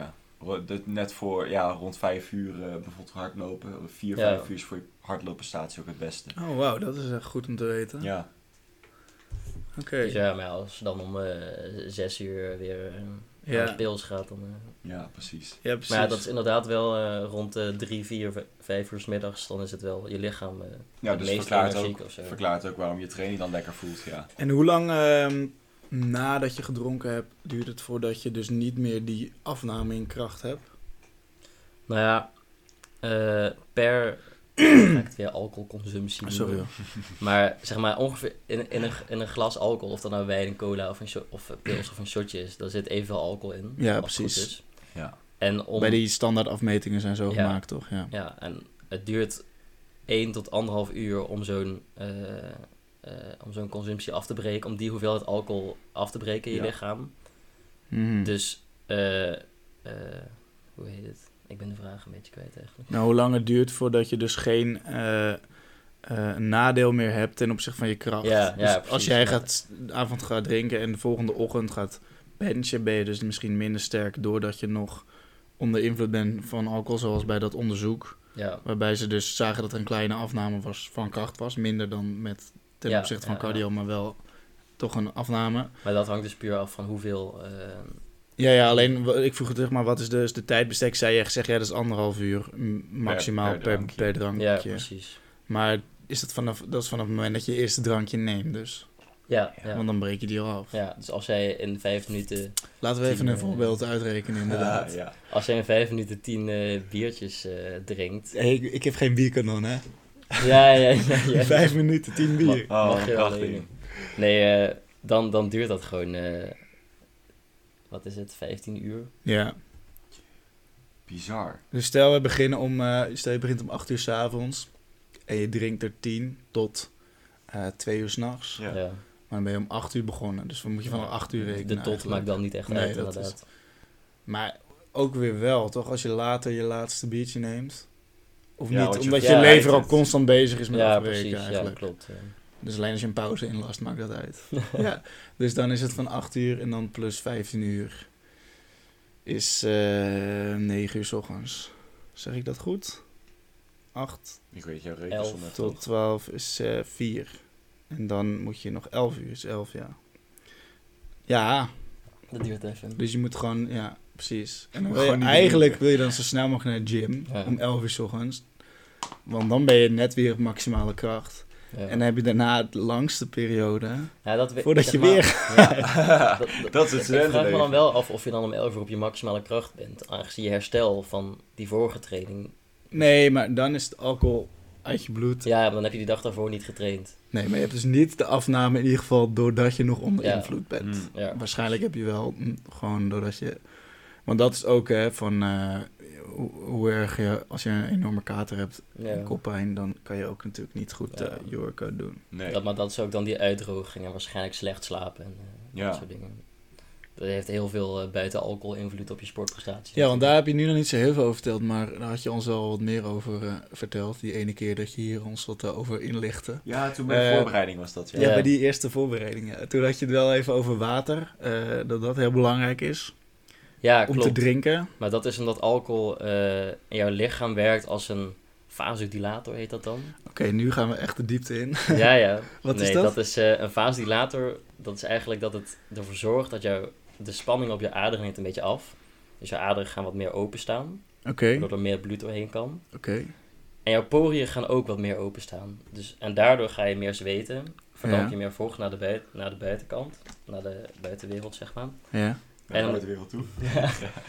ro- dat net voor, ja, rond vijf uur uh, bijvoorbeeld hardlopen. Vier, Ja. vijf uur is voor je hardloopprestatie ook het beste. Oh, wauw, dat is echt goed om te weten. Ja, Oké. Dus ja, maar ja, als je dan om uh, zes uur weer uh, Ja. naar de pils gaat, dan... Uh... ja, precies. Ja, precies. Maar ja, dat is inderdaad wel uh, rond uh, drie, vier, v- vijf uur 's middags, dan is het wel je lichaam uh, Ja, het dus meest verklaart energiek ook, of zo. verklaart ook waarom je training dan lekker voelt, ja. En hoe lang ehm, nadat je gedronken hebt, duurt het voordat je dus niet meer die afname in kracht hebt? Nou ja, uh, per... ga ik het weer alcoholconsumptie Sorry noemen. hoor. Maar zeg maar ongeveer in, in, een, in een glas alcohol, of dat nou wijn, cola of een shot, of een pils of een shotje is, daar zit evenveel alcohol in. Ja, als het goed precies. is. Ja. En om, Bij die standaard afmetingen zijn zo Ja. gemaakt, toch? Ja. Ja, en het duurt één tot anderhalf uur om zo'n, uh, uh, om zo'n consumptie af te breken, om die hoeveelheid alcohol af te breken in je Ja. lichaam. Mhm. Dus, uh, uh, hoe heet het? Ik ben de vraag een beetje kwijt eigenlijk. Nou, hoe lang het duurt voordat je dus geen uh, uh, nadeel meer hebt ten opzichte van je kracht. Ja, dus ja, als precies, jij ja. gaat, de avond gaat drinken en de volgende ochtend gaat benchen, ben je dus misschien minder sterk doordat je nog onder invloed bent van alcohol, zoals bij dat onderzoek. Ja, Waarbij ze dus zagen dat er een kleine afname was van kracht was. Minder dan met ten Ja, opzichte van ja, cardio, ja. maar wel toch een afname. maar dat hangt dus puur af van hoeveel... Uh, Ja, ja, alleen w- ik vroeg het terug, maar wat is dus de tijdbestek? Zei je zeg, ja, dat is anderhalf uur m- maximaal per per, drankje. per drankje. ja, precies. Maar is dat, vanaf, dat is vanaf het moment dat je je eerste drankje neemt dus. Ja, ja. Want dan breek je die al af. ja, dus als jij in vijf minuten... Laten we even Tien, een eh, voorbeeld uitrekenen inderdaad. Ja, ja. Als jij in vijf minuten tien uh, biertjes uh, drinkt... Hey, ik, ik heb geen bierkanon, hè? Ja, ja, ja. ja. Vijf minuten, tien bier. Oh, Mag je wel prachtig. lenen. Nee, uh, dan, dan duurt dat gewoon... Uh, wat is het? vijftien uur? Ja. Bizar. Dus stel we beginnen om, uh, stel je begint om acht uur 's avonds en je drinkt er tien tot uh, twee uur 's nachts. Ja. Ja. Maar dan ben je om acht uur begonnen, dus dan moet je vanaf acht uur rekenen De tot eigenlijk. maakt dan niet echt Nee, uit, dat inderdaad. Maar ook weer wel, toch? Als je later je laatste biertje neemt. Of Ja, niet, want je omdat je vergelijkt lever al het. constant bezig is met Ja, afbreken precies. Ja, eigenlijk. klopt. Ja. Dus alleen als je een pauze inlast, maakt dat uit. Ja, dus dan is het van acht uur en dan plus vijftien uur is uh, negen uur 's ochtends. Zeg ik dat goed? acht Ik weet jouw Elf rekensom net tot toch? twaalf is uh, vier. En dan moet je nog elf uur, is elf, ja. Ja, Dat duurt even. dus je moet gewoon, ja, precies. En dan Moet wil je, gewoon niet eigenlijk drinken. wil je dan zo snel mogelijk naar de gym, Ja. om elf uur 's ochtends. Want dan ben je net weer op maximale kracht. Ja. En dan heb je daarna de langste periode, Ja, dat we- voordat zeg je maar- weer... Ja, dat, Dat is het Ik vraag me studentenleven. dan wel af of je dan om elf uur op je maximale kracht bent. Aangezien je herstel van die vorige training... Nee, maar dan is het alcohol uit je bloed. Ja, maar dan heb je die dag daarvoor niet getraind. Nee, maar je hebt dus niet de afname in ieder geval doordat je nog onder Ja. invloed bent. Mm. Ja, Waarschijnlijk heb je wel mm, gewoon doordat je... Want dat is ook hè, van eh, hoe, hoe erg je... Als je een enorme kater hebt, ja. en koppijn, dan kan je ook natuurlijk niet goed Ja. eh, je workout doen. Nee. Dat, maar dat is ook dan die uitdroging en waarschijnlijk slecht slapen en eh, Ja. dat soort dingen. Dat heeft heel veel uh, buiten alcohol invloed op je sportprestatie. Ja, want daar heb je nu nog niet zo heel veel over verteld, maar daar had je ons wel wat meer over uh, verteld. Die ene keer dat je hier ons wat uh, over inlichtte. Ja, toen bij de Eh, voorbereiding was dat, ja. Ja, Ja. bij die eerste voorbereidingen. Toen had je het wel even over water, uh, dat dat heel belangrijk is Ja, om klopt. te drinken. Maar dat is omdat alcohol uh, in jouw lichaam werkt als een vasodilator, heet dat dan? Oké, okay, nu gaan we echt de diepte in. Ja, ja. Wat nee, is dat? dat is uh, een vasodilator. Dat is eigenlijk dat het ervoor zorgt dat jouw, de spanning op je aderen neemt een beetje af. Dus je aderen gaan wat meer openstaan, Oké, okay. waardoor er meer bloed doorheen kan. Oké. Okay. En jouw poriën gaan ook wat meer openstaan. Dus, en daardoor ga je meer zweten. Verdamp Ja. je meer vocht naar de, buit, naar de buitenkant. Naar de buitenwereld, zeg maar. Ja. En En- naar de wereld toe. Ja.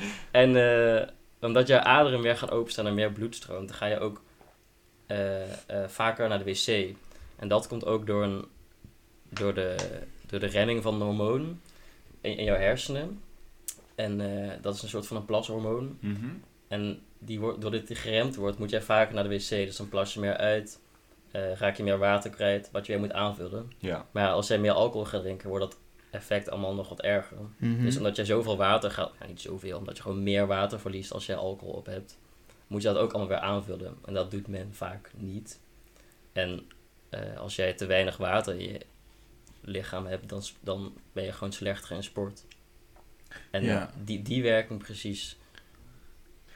En uh, omdat jouw aderen meer gaan openstaan en meer bloed stroomt, dan ga je ook uh, uh, vaker naar de wc. En dat komt ook door, een, door, de, door de remming van de hormoon in, in jouw hersenen. En uh, dat is een soort van een plashormoon. Mm-hmm. En die wordt, doordat die geremd wordt, moet jij vaker naar de wc. Dus dan plas je meer uit, uh, raak je meer water kwijt, wat je weer moet aanvullen. Ja. Maar ja, als jij meer alcohol gaat drinken, wordt dat effect allemaal nog wat erger. Mm-hmm. Dus omdat jij zoveel water gaat, ja niet zoveel, omdat je gewoon meer water verliest als je alcohol op hebt, moet je dat ook allemaal weer aanvullen. En dat doet men vaak niet. En uh, als jij te weinig water in je lichaam hebt, dan, dan ben je gewoon slechter in sport. En Ja. die, die werking precies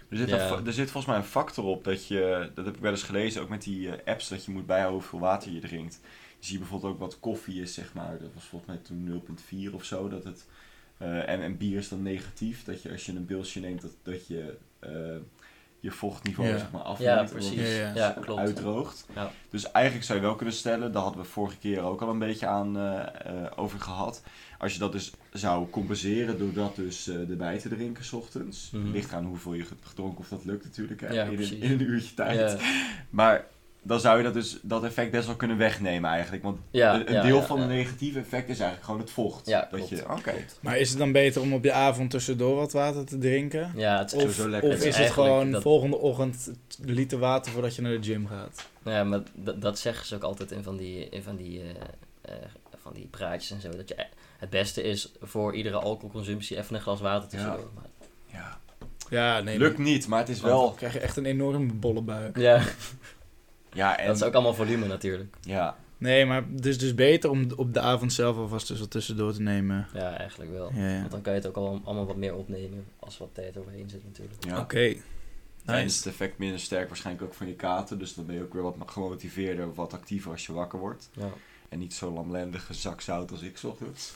Er zit, Ja. een, er zit volgens mij een factor op dat je, dat heb ik wel eens gelezen, ook met die uh, apps, dat je moet bijhouden hoeveel water je drinkt. Je ziet bijvoorbeeld ook wat koffie is, zeg maar, dat was volgens mij toen nul komma vier of zo, dat het, uh, en, en bier is dan negatief, dat je als je een pilsje neemt, dat, dat je uh, je vochtniveau Ja. zeg maar afneemt, Ja, of precies. Ja, ja. Ja, klopt. uitdroogt. Ja. Dus eigenlijk zou je wel kunnen stellen, daar hadden we vorige keer ook al een beetje aan uh, uh, over gehad. Als je dat dus zou compenseren door dat dus uh, erbij te drinken 's ochtends. Mhm. Ligt aan hoeveel je hebt gedronken of dat lukt natuurlijk hè? Ja, in, een, precies. in een uurtje tijd. Ja. Maar dan zou je dat dus dat effect best wel kunnen wegnemen eigenlijk. Want Ja, een, een ja, deel ja, van ja. het negatieve effect is eigenlijk gewoon het vocht. Ja, dat klopt. je, oké. Klopt. Maar is het dan beter om op je avond tussendoor wat water te drinken? Ja, het is Of, sowieso lekker. of Het is is het eigenlijk gewoon dat- volgende ochtend een liter water voordat je naar de gym gaat? Ja, maar d- dat zeggen ze ook altijd in van die, in van die, uh, uh, van die praatjes en zo. Dat je, e- het beste is voor iedere alcoholconsumptie even een glas water tussendoor. Maar- Ja. Ja, nee. Lukt maar- niet, maar het is want wel... Dan krijg je echt een enorme bolle buik. Ja, Ja, en, dat is ook allemaal volume natuurlijk. ja, Nee, maar het is dus beter om op de avond zelf alvast dus wat tussendoor te nemen. Ja, eigenlijk wel. Ja, ja. Want dan kan je het ook al, allemaal wat meer opnemen als er wat tijd overheen zit natuurlijk. ja. Oké. En is Nice. het effect minder sterk waarschijnlijk ook van je kater. Dus dan ben je ook weer wat gemotiveerder of wat actiever als je wakker wordt. Ja. En niet zo'n lamlendige zak zout als ik 's ochtends.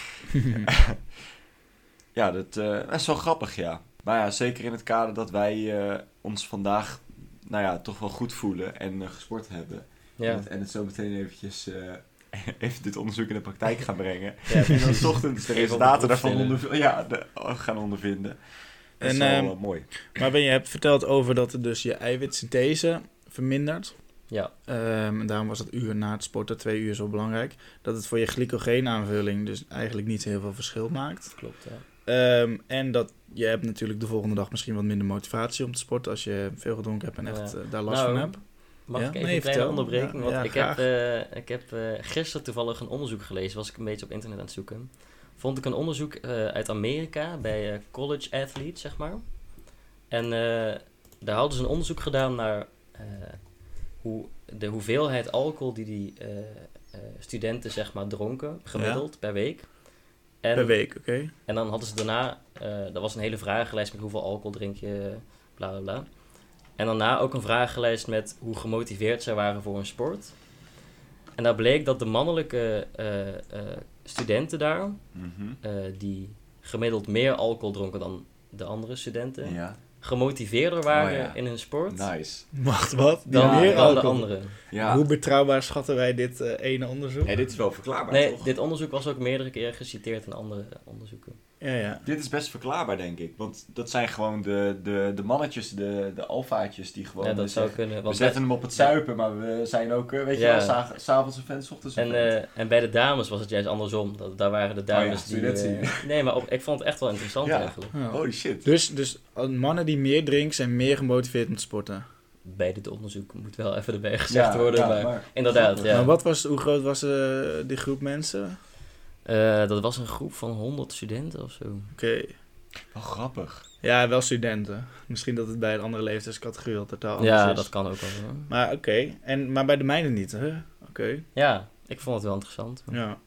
Ja, dat, uh, dat is wel grappig, ja. Maar ja, zeker in het kader dat wij uh, ons vandaag, nou ja, toch wel goed voelen en uh, gesport hebben. Ja. En, het, en het zo meteen eventjes, uh, even dit onderzoek in de praktijk gaan brengen. Ja, En dan 's ochtends de Even op de resultaten proef daarvan stellen. onderv- ja, de, gaan ondervinden. Dat is En, wel ehm, uh, mooi. Maar Ben, je hebt verteld over dat het dus je eiwitsynthese vermindert. Ja, Ehm, en daarom was het uur na het sporten, twee uur, zo belangrijk. Dat het voor je glycogeenaanvulling dus eigenlijk niet zo heel veel verschil maakt. klopt. Ja. Ehm, en dat je hebt natuurlijk de volgende dag misschien wat minder motivatie om te sporten als je veel gedronken hebt en echt Ja. eh, daar last Nou, van hebt. Mag Ja? ik even Nee, een kleine vertel. onderbreking? Ja, Want ja, ik, graag. heb, uh, ik heb uh, gisteren toevallig een onderzoek gelezen, was ik een beetje op internet aan het zoeken. Vond ik een onderzoek uh, uit Amerika bij uh, college athletes, zeg maar. En uh, daar hadden ze een onderzoek gedaan naar uh, hoe de hoeveelheid alcohol die die uh, uh, studenten zeg maar dronken, gemiddeld Ja. per week. En, Per week, oké. en dan hadden ze daarna, uh, er was een hele vragenlijst met hoeveel alcohol drink je, bla bla bla. En daarna ook een vragenlijst met hoe gemotiveerd zij waren voor een sport. En daar bleek dat de mannelijke uh, uh, studenten daar, Mhm. uh, die gemiddeld meer alcohol dronken dan de andere studenten, Ja, gemotiveerder waren Oh ja. in hun sport nice. Wacht, wat? Die dan, meer dan de alcohol. anderen. Ja. Hoe betrouwbaar schatten wij dit eh, ene onderzoek? Ja, dit is wel verklaarbaar, Nee, toch? dit onderzoek was ook meerdere keren geciteerd in andere onderzoeken. Ja, ja. Dit is best verklaarbaar, denk ik. Want dat zijn gewoon de, de, de mannetjes, de, de alfaatjes die gewoon... Ja, dat dus zou zeggen, kunnen. we Want zetten hem op het zuipen, maar we zijn ook, eh, weet je Ja. wel, sa- s'avonds een vent, 's ochtends een En, vent. eh, en bij de dames was het juist andersom. Dat, daar waren de dames Oh ja, die... zul je net eh, nee, maar op, ik vond het echt wel interessant Ja. eigenlijk. Ja. Holy shit. Dus, dus uh, mannen die meer drinken zijn meer gemotiveerd om te sporten. Bij dit onderzoek moet wel even erbij gezegd Ja, worden. ja, maar, inderdaad, ja. Maar wat was, hoe groot was uh, die groep mensen? Uh, dat was een groep van honderd studenten of zo. Oké. Okay. Wel grappig. Ja, wel studenten. Misschien dat het bij een andere leeftijdscategorie al totaal anders Ja, is. dat kan ook wel. Hoor. Maar oké. Okay. Maar bij de mijne niet, hè? Oké. Okay. Ja, ik vond het wel interessant. Maar... Ja.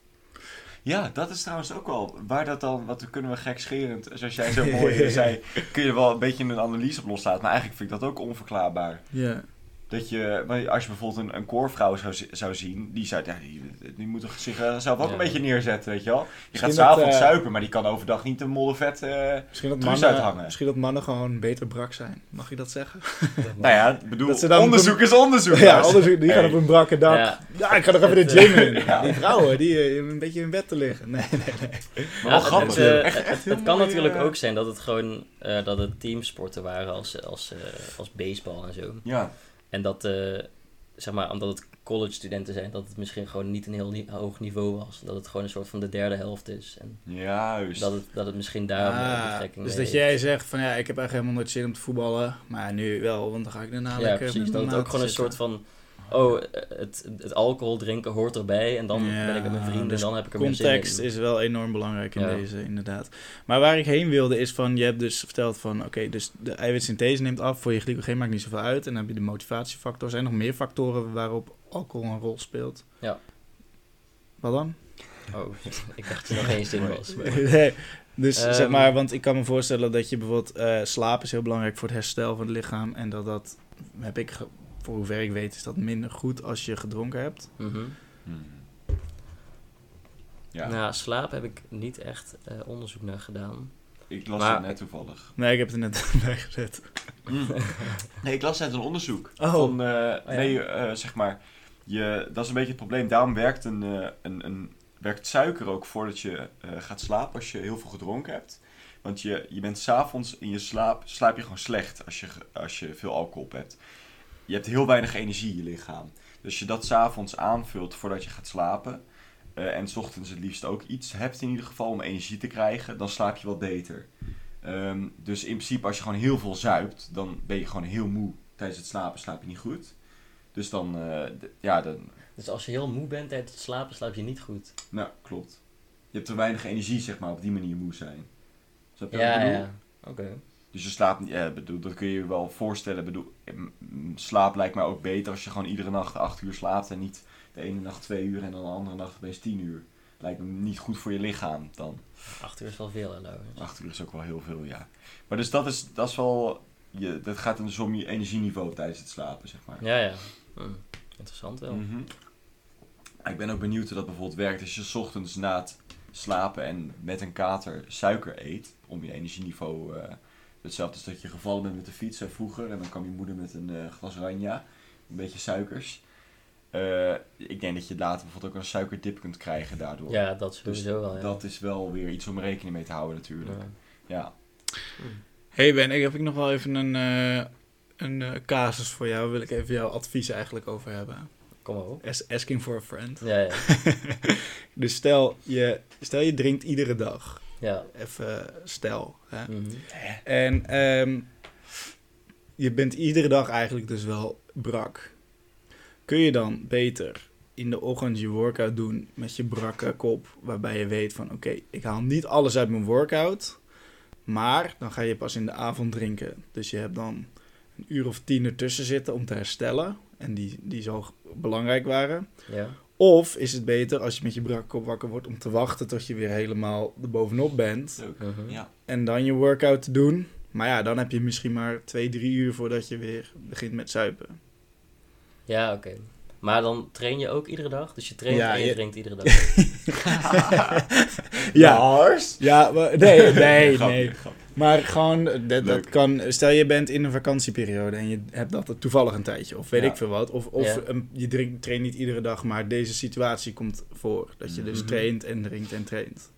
Ja, dat is trouwens ook wel, waar dat dan, wat kunnen we gekscherend, zoals jij zo mooi zei, kun je wel een beetje een analyse op loslaten, maar eigenlijk vind ik dat ook onverklaarbaar. Ja. Dat je, als je bijvoorbeeld een, een koorvrouw zou, zou zien, die zou, ja, die, die moet toch zichzelf ook Ja. een beetje neerzetten, weet je wel. Je Misschien gaat s'avonds dat, uh, zuipen, maar die kan overdag niet een mollevet uh, misschien, dat truus mannen, uithangen. misschien dat mannen gewoon beter brak zijn. Mag je dat zeggen? Nou ja, ik bedoel, Dat ze dan onderzoek op- is onderzoek. Ja, dus. onderzoek, die gaan Hey. op een brakke dak. Ja, Ja. ik ga nog even Het, de gym in. ja. Die vrouwen, die uh, een beetje in bed te liggen. Nee, nee, nee. Maar Ja, wel het, grappig. het, uh, Echt- het- echt heel het kan mooi, natuurlijk uh, ook zijn dat het gewoon uh, dat het teamsporten waren als, als, uh, als baseball en zo. Ja, En dat, uh, zeg maar, omdat het college studenten zijn, dat het misschien gewoon niet een heel ni- hoog niveau was. Dat het gewoon een soort van de derde helft is. En juist. dat het, dat het misschien daar Ah, betrekking dus mee dat heeft. jij zegt van ja, ik heb eigenlijk helemaal nooit zin om te voetballen. Maar nu wel, want dan ga ik daarna Ja, lekker precies. met Dat mijn het ook maten gewoon een zitten. soort van... Oh, het, het alcohol drinken hoort erbij. En dan Ja, ben ik met mijn vrienden dus en dan heb ik er meer zin Context in. is wel enorm belangrijk in Ja. deze, inderdaad. Maar waar ik heen wilde is van, je hebt dus verteld van, oké, okay, dus de eiwitsynthese neemt af, voor je glycogeen maakt niet zoveel uit. En dan heb je de motivatiefactor. Zijn er nog meer factoren waarop alcohol een rol speelt? Ja. Wat dan? Oh, ik dacht dat er nog geen zin was. Maar... Nee, dus Um, zeg maar, want ik kan me voorstellen dat je bijvoorbeeld uh, slaap is heel belangrijk voor het herstel van het lichaam. En dat dat, heb ik, ge- voor hoever ik weet, is dat minder goed als je gedronken hebt. Mm-hmm. Hmm. Ja, Nou, slaap heb ik niet echt uh, onderzoek naar gedaan. ik las maar- het net toevallig. Nee, ik heb het er net bij gezet. Mm. Nee, ik las net een onderzoek. Oh. Van, uh, ja. nee, uh, zeg maar, je, dat is een beetje het probleem. Daarom werkt, een, uh, een, een, werkt suiker ook voordat je uh, gaat slapen als je heel veel gedronken hebt. Want je, je bent 's avonds in je slaap, slaap je gewoon slecht als je, als je veel alcohol op hebt. Je hebt heel weinig energie in je lichaam. Dus als je dat 's avonds aanvult voordat je gaat slapen, uh, en 's ochtends het liefst ook iets hebt in ieder geval om energie te krijgen, dan slaap je wat beter. Um, dus in principe als je gewoon heel veel zuipt, dan ben je gewoon heel moe. Tijdens het slapen slaap je niet goed. Dus dan, uh, d- ja, dan... Dus als je heel moe bent tijdens het slapen, slaap je niet goed. Nou, klopt. Je hebt te weinig energie, zeg maar, op die manier moe zijn. Snap je wat Ja, ik bedoel? ja. Oké. Okay. Dus je slaapt niet, ja, bedoel, dat kun je je wel voorstellen. Bedoel, m- slaap lijkt mij ook beter als je gewoon iedere nacht acht uur slaapt en niet de ene nacht twee uur en dan de andere nacht opeens tien uur. Lijkt me niet goed voor je lichaam dan. Acht uur is wel veel, hè, Laurens? Acht uur is ook wel heel veel, ja. Maar dus dat is, dat is wel, je, dat gaat dus om je energieniveau tijdens het slapen, zeg maar. Ja, ja. Hm. Interessant wel. Mm-hmm. Ik ben ook benieuwd hoe dat bijvoorbeeld werkt als je 's ochtends na het slapen en met een kater suiker eet, om je energieniveau, uh, hetzelfde als dat je gevallen bent met de fiets uh, vroeger en dan kwam je moeder met een uh, glas ranja, een beetje suikers. Uh, ik denk dat je later bijvoorbeeld ook een suikerdip kunt krijgen daardoor. Ja, dat is Dus sowieso wel, ja. dat is wel weer iets om rekening mee te houden natuurlijk. Ja. Ja. Hey Ben, ik heb ik nog wel even een, uh, een uh, casus voor jou. Daar wil ik even jouw advies eigenlijk over hebben. Kom maar op. As asking for a friend. Ja, ja. Dus stel je, stel je drinkt iedere dag. Ja. Even stel. Hè? Mm-hmm. En um, je bent iedere dag eigenlijk dus wel brak. Kun je dan beter in de ochtend je workout doen met je brakke kop, waarbij je weet van oké, okay, ik haal niet alles uit mijn workout, maar dan ga je pas in de avond drinken. Dus je hebt dan een uur of tien ertussen zitten om te herstellen en die, die zo belangrijk waren. Ja. Of is het beter als je met je brakke kop wakker wordt om te wachten tot je weer helemaal erbovenop bent Mm-hmm. Ja. en dan je workout te doen. Maar ja, dan heb je misschien maar twee, drie uur voordat je weer begint met zuipen. Ja, oké. Okay. Maar dan train je ook iedere dag? Dus je traint Ja, en je je... drinkt iedere dag? Ja. Lars? Ja, maar, nee, nee, Grapje, nee. grapje. Maar gewoon, dat, dat Leuk. kan... Stel je bent in een vakantieperiode en je hebt dat toevallig een tijdje. Of weet Ja. ik veel wat. Of, of Ja. um, je drinkt, traint niet iedere dag, maar deze situatie komt voor. Dat je dus Mhm. traint en drinkt en traint.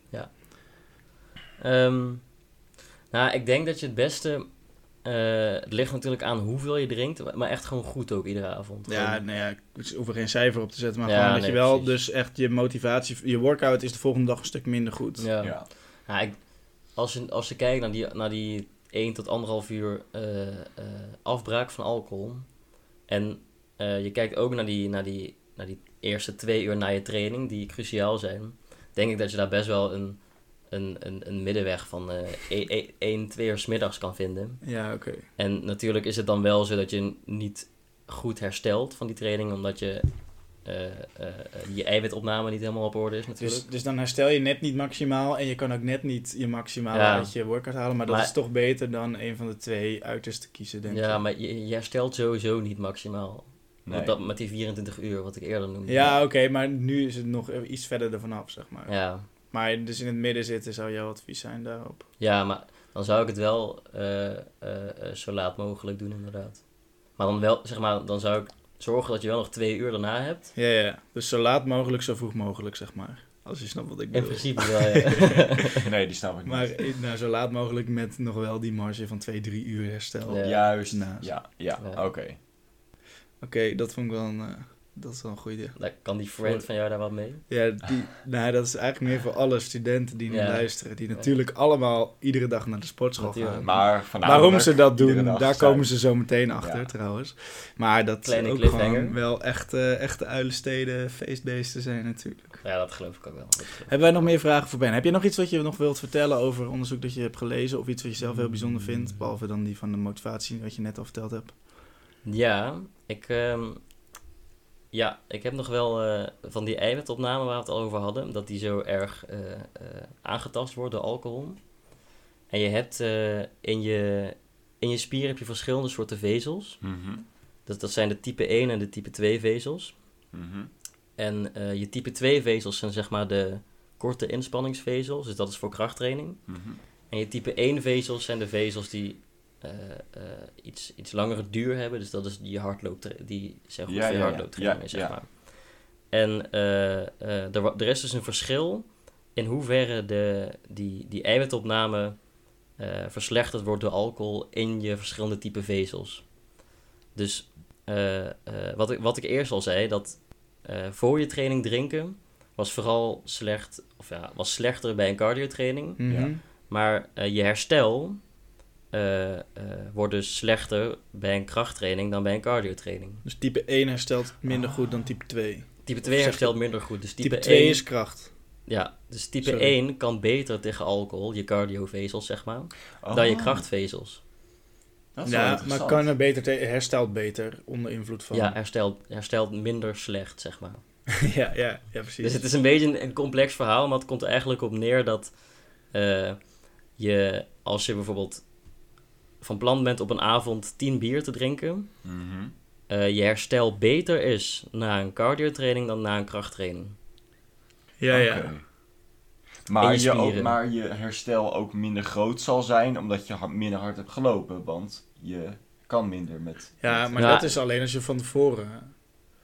Um, nou, ik denk dat je het beste... Uh, het ligt natuurlijk aan hoeveel je drinkt, maar echt gewoon goed ook iedere avond. Ja, Gewoon- nou ja, ik hoef er geen cijfer op te zetten, maar Ja, gewoon dat nee, je wel precies. dus echt je motivatie... Je workout is de volgende dag een stuk minder goed. Ja. Ja. Nou, ik, als, je, als je kijkt naar die, naar die één tot anderhalf uur uh, uh, afbraak van alcohol. En uh, je kijkt ook naar die, naar, die, naar die eerste twee uur na je training, die cruciaal zijn. Denk ik dat je daar best wel een, een, een, een middenweg van één, twee uur 's middags kan vinden. Ja, oké. Okay. En natuurlijk is het dan wel zo dat je niet goed herstelt van die training, omdat je uh, uh, je eiwitopname niet helemaal op orde is natuurlijk. Dus, dus dan herstel je net niet maximaal en je kan ook net niet je maximaal Ja. uit je workout halen. Maar dat Maar- is toch beter dan een van de twee uiterste kiezen, denk ik. Ja, maar je, je herstelt sowieso niet maximaal. Nee. Want dat met die vierentwintig uur, wat ik eerder noemde. Ja, oké, okay, maar nu is het nog iets verder ervan af, zeg maar. Ja, Maar dus in het midden zitten zou jouw advies zijn daarop. ja, maar dan zou ik het wel uh, uh, uh, zo laat mogelijk doen, inderdaad. Maar dan wel, zeg maar, dan zou ik zorgen dat je wel nog twee uur daarna hebt. Ja, ja. Dus zo laat mogelijk, zo vroeg mogelijk, zeg maar. Als je snapt wat ik In bedoel. principe wel, ja. Nee, die snap ik niet. Maar eh, nou, zo laat mogelijk met nog wel die marge van twee, drie uur herstel. Ja. Oké, Juist. Naast. Ja, ja, Ja. oké. okay, dat vond ik wel een, uh, dat is wel een goede. Daar kan die friend van jou daar wat mee? Ja, die, nou, dat is eigenlijk meer voor alle studenten die nu Ja. luisteren. Die natuurlijk allemaal iedere dag naar de sportschool Natuurlijk. gaan. Maar voornamelijk Waarom ze dat iedere doen, dag daar zijn. komen ze zo meteen achter Ja. trouwens. Maar dat Kleine ook cliffhanger. gewoon wel echt, uh, echte uilensteden feestbeesten zijn natuurlijk. Ja, dat geloof ik ook wel. Dat geloof ik. Hebben wij nog meer vragen voor Ben? Heb je nog iets wat je nog wilt vertellen over onderzoek dat je hebt gelezen? Of iets wat je zelf heel bijzonder vindt? Behalve dan die van de motivatie wat je net al verteld hebt. Ja, ik... Um, Ja, ik heb nog wel uh, van die eiwitopname waar we het al over hadden, dat die zo erg uh, uh, aangetast wordt door alcohol. En je hebt uh, in, je, in je spier heb je verschillende soorten vezels. Mm-hmm. Dat, dat zijn de type één en de type twee vezels. Mm-hmm. En uh, je type twee vezels zijn zeg maar de korte inspanningsvezels, dus dat is voor krachttraining. Mm-hmm. En je type één vezels zijn de vezels die uh, uh, iets, iets langere duur hebben. Dus dat is die hardloop, die zijn goed Ja, voor je ja, ja. hardlooptraining, Ja, zeg ja. maar. En uh, uh, er, wa- er is dus een verschil in hoeverre de, die, die eiwitopname uh, verslechterd wordt door alcohol in je verschillende type vezels. Dus uh, uh, wat, ik, wat ik eerst al zei, dat uh, voor je training drinken was vooral slecht, of ja, was slechter bij een cardiotraining. Mhm. Ja. Maar uh, je herstel uh, uh, wordt dus slechter bij een krachttraining dan bij een cardiotraining. Dus type één herstelt minder Oh. goed dan type twee. Type twee zeg herstelt je- minder goed. Dus type, Type twee één, is kracht. Ja, dus type Sorry. één kan beter tegen alcohol, je cardiovezels zeg maar, Oh, dan je krachtvezels. Dat is wel Ja, maar interessant. kan er beter te- herstelt beter onder invloed van. Ja, herstelt, herstelt minder slecht zeg maar. ja, ja, ja, precies. Dus het is een beetje een, een complex verhaal, maar het komt er eigenlijk op neer dat uh, je, als je bijvoorbeeld van plan bent op een avond tien bier te drinken, Mm-hmm. uh, je herstel beter is na een cardiotraining dan na een krachttraining. ja, ja. Oké. In Maar je je, ook, spieren. maar je herstel ook minder groot zal zijn, omdat je hard- minder hard hebt gelopen. Want je kan minder met... Ja, met- maar Ja. dat is alleen als je van tevoren...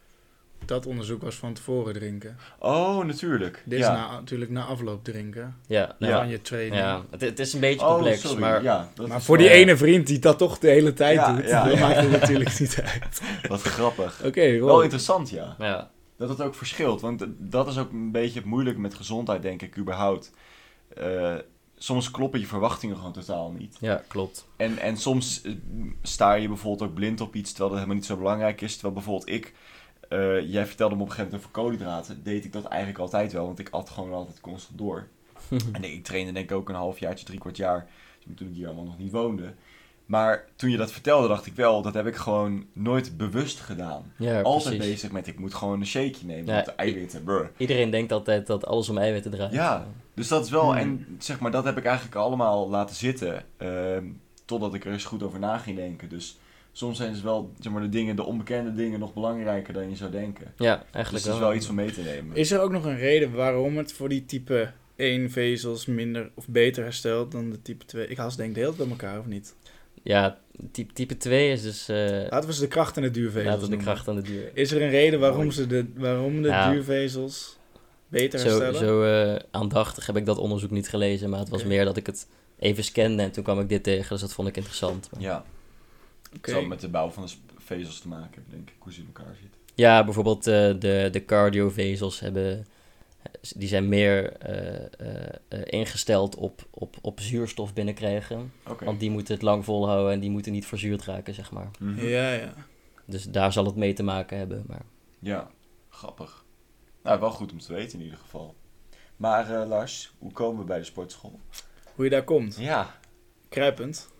Dat onderzoek was van tevoren drinken. Oh, natuurlijk. Dit ja. is na, natuurlijk na afloop drinken. Ja, nou, Ja. Van je training. ja. Het, het is een beetje Oh, complex, sorry. maar Ja, dat Maar is voor die wel- ene vriend die dat toch de hele tijd Ja, doet, ja, dan ja. maakt het natuurlijk niet uit. Wat grappig. Oké, Wel wow. interessant, ja. ja. Dat het ook verschilt. Want dat is ook een beetje het moeilijke met gezondheid, denk ik, überhaupt. Eh, soms kloppen je verwachtingen gewoon totaal niet. ja, klopt. En, en soms eh, sta je bijvoorbeeld ook blind op iets, terwijl dat helemaal niet zo belangrijk is. Terwijl bijvoorbeeld ik, eh, jij vertelde me op een gegeven moment over koolhydraten, deed ik dat eigenlijk altijd wel, want ik at gewoon altijd constant door. En ik trainde denk ik ook een halfjaartje, drie kwart jaar, toen ik hier allemaal nog niet woonde. Maar toen je dat vertelde, dacht ik wel, dat heb ik gewoon nooit bewust gedaan. Ja, Altijd precies. bezig met, ik moet gewoon een shakeje nemen, Ja, want de eiwitten, brr. Iedereen denkt altijd dat alles om eiwitten draait. Ja, dus dat is wel, Hmm. en zeg maar, dat heb ik eigenlijk allemaal laten zitten, ehm, totdat ik er eens goed over na ging denken. Dus soms zijn dus wel, zeg maar, de dingen, de onbekende dingen nog belangrijker dan je zou denken. Ja, Dus eigenlijk het is wel. wel iets om mee te nemen. Is er ook nog een reden waarom het voor die type één vezels minder of beter herstelt dan de type twee? Ik haast denk de hele tijd bij elkaar, of niet? Ja, type, type twee is dus... Uh, Laten we ze de kracht en de duurvezels laten we de noemen. kracht aan de duur. Is er een reden waarom, Mooi. ze de, waarom de Ja. duurvezels beter Zo, herstellen? zo uh, aandachtig heb ik dat onderzoek niet gelezen, maar het was Oké. meer dat ik het even scande en toen kwam ik dit tegen, dus dat vond ik interessant. Maar... Ja, het Oké. zal met de bouw van de sp- vezels te maken hebben, denk ik, hoe ze in elkaar zitten. Ja, bijvoorbeeld uh, de, de cardiovezels hebben, die zijn meer uh, uh, uh, ingesteld op, op, op zuurstof binnenkrijgen. Oké. Want die moeten het lang volhouden en die moeten niet verzuurd raken, zeg maar. Mhm. Ja, ja. Dus daar zal het mee te maken hebben. Maar... Ja, grappig. Nou, wel goed om te weten in ieder geval. Maar eh, Lars, hoe komen we bij de sportschool? Hoe je daar komt. Ja, Kruipend.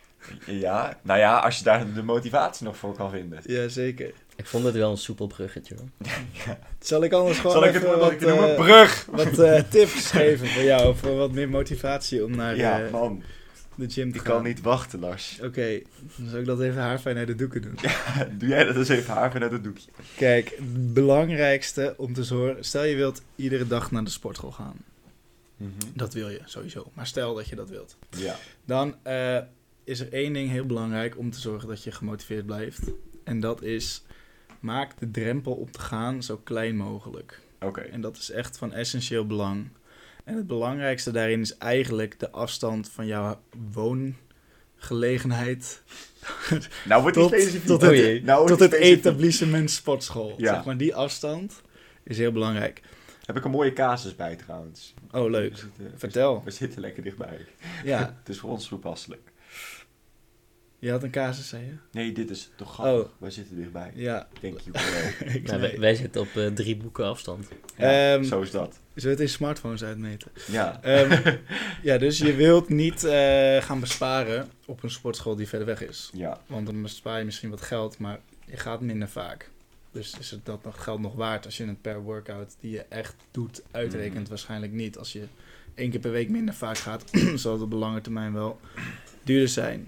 ja, nou ja, als je daar de motivatie nog voor kan vinden. Jazeker. Ik vond het wel een soepel bruggetje, hoor. Zal ik anders gewoon Zal ik het even wat wat, ik noemen? eh, Brug! wat eh, tips geven voor jou, voor wat meer motivatie om naar Ja, eh, man, de gym te ik gaan? kan niet wachten, Lars. Oké, dan zal ik dat even haarfijn naar de doeken doen. Doe jij dat eens even haar naar het doekje. Kijk, het belangrijkste om te zorgen... Stel je wilt iedere dag naar de sportschool gaan. Dat wil je, sowieso. Maar stel dat je dat wilt. Ja. Dan uh, is er één ding heel belangrijk om te zorgen dat je gemotiveerd blijft. En dat is... Maak de drempel om te gaan zo klein mogelijk. Oké. En dat is echt van essentieel belang. En het belangrijkste daarin is eigenlijk de afstand van jouw woongelegenheid Nou wordt tot, het specifiek. tot Oh het, jee. Nou wordt tot het het specifiek. etablissement sportschool. Ja. Zeg maar, die afstand is heel belangrijk. Heb ik een mooie casus bij trouwens. Oh, leuk. We zitten, Vertel. We zitten lekker dichtbij. Ja, Het is voor ons toepasselijk. je had een casus, zei je? Nee, dit is toch grappig. Oh. We zitten dichtbij. Ja. Denk je wel. Ik Nou, zei- wij, wij zitten op uh, drie boeken afstand. Ja, Ehm, zo is dat. Zullen we het in smartphones uitmeten? Ja. Ehm, ja, dus je wilt niet eh, gaan besparen op een sportschool die verder weg is. Ja. Want dan bespaar je misschien wat geld, maar je gaat minder vaak. Dus is het dat nog geld nog waard als je het per workout die je echt doet uitrekent? Mm. Waarschijnlijk niet. Als je één keer per week minder vaak gaat, zal het op de lange termijn wel duurder zijn.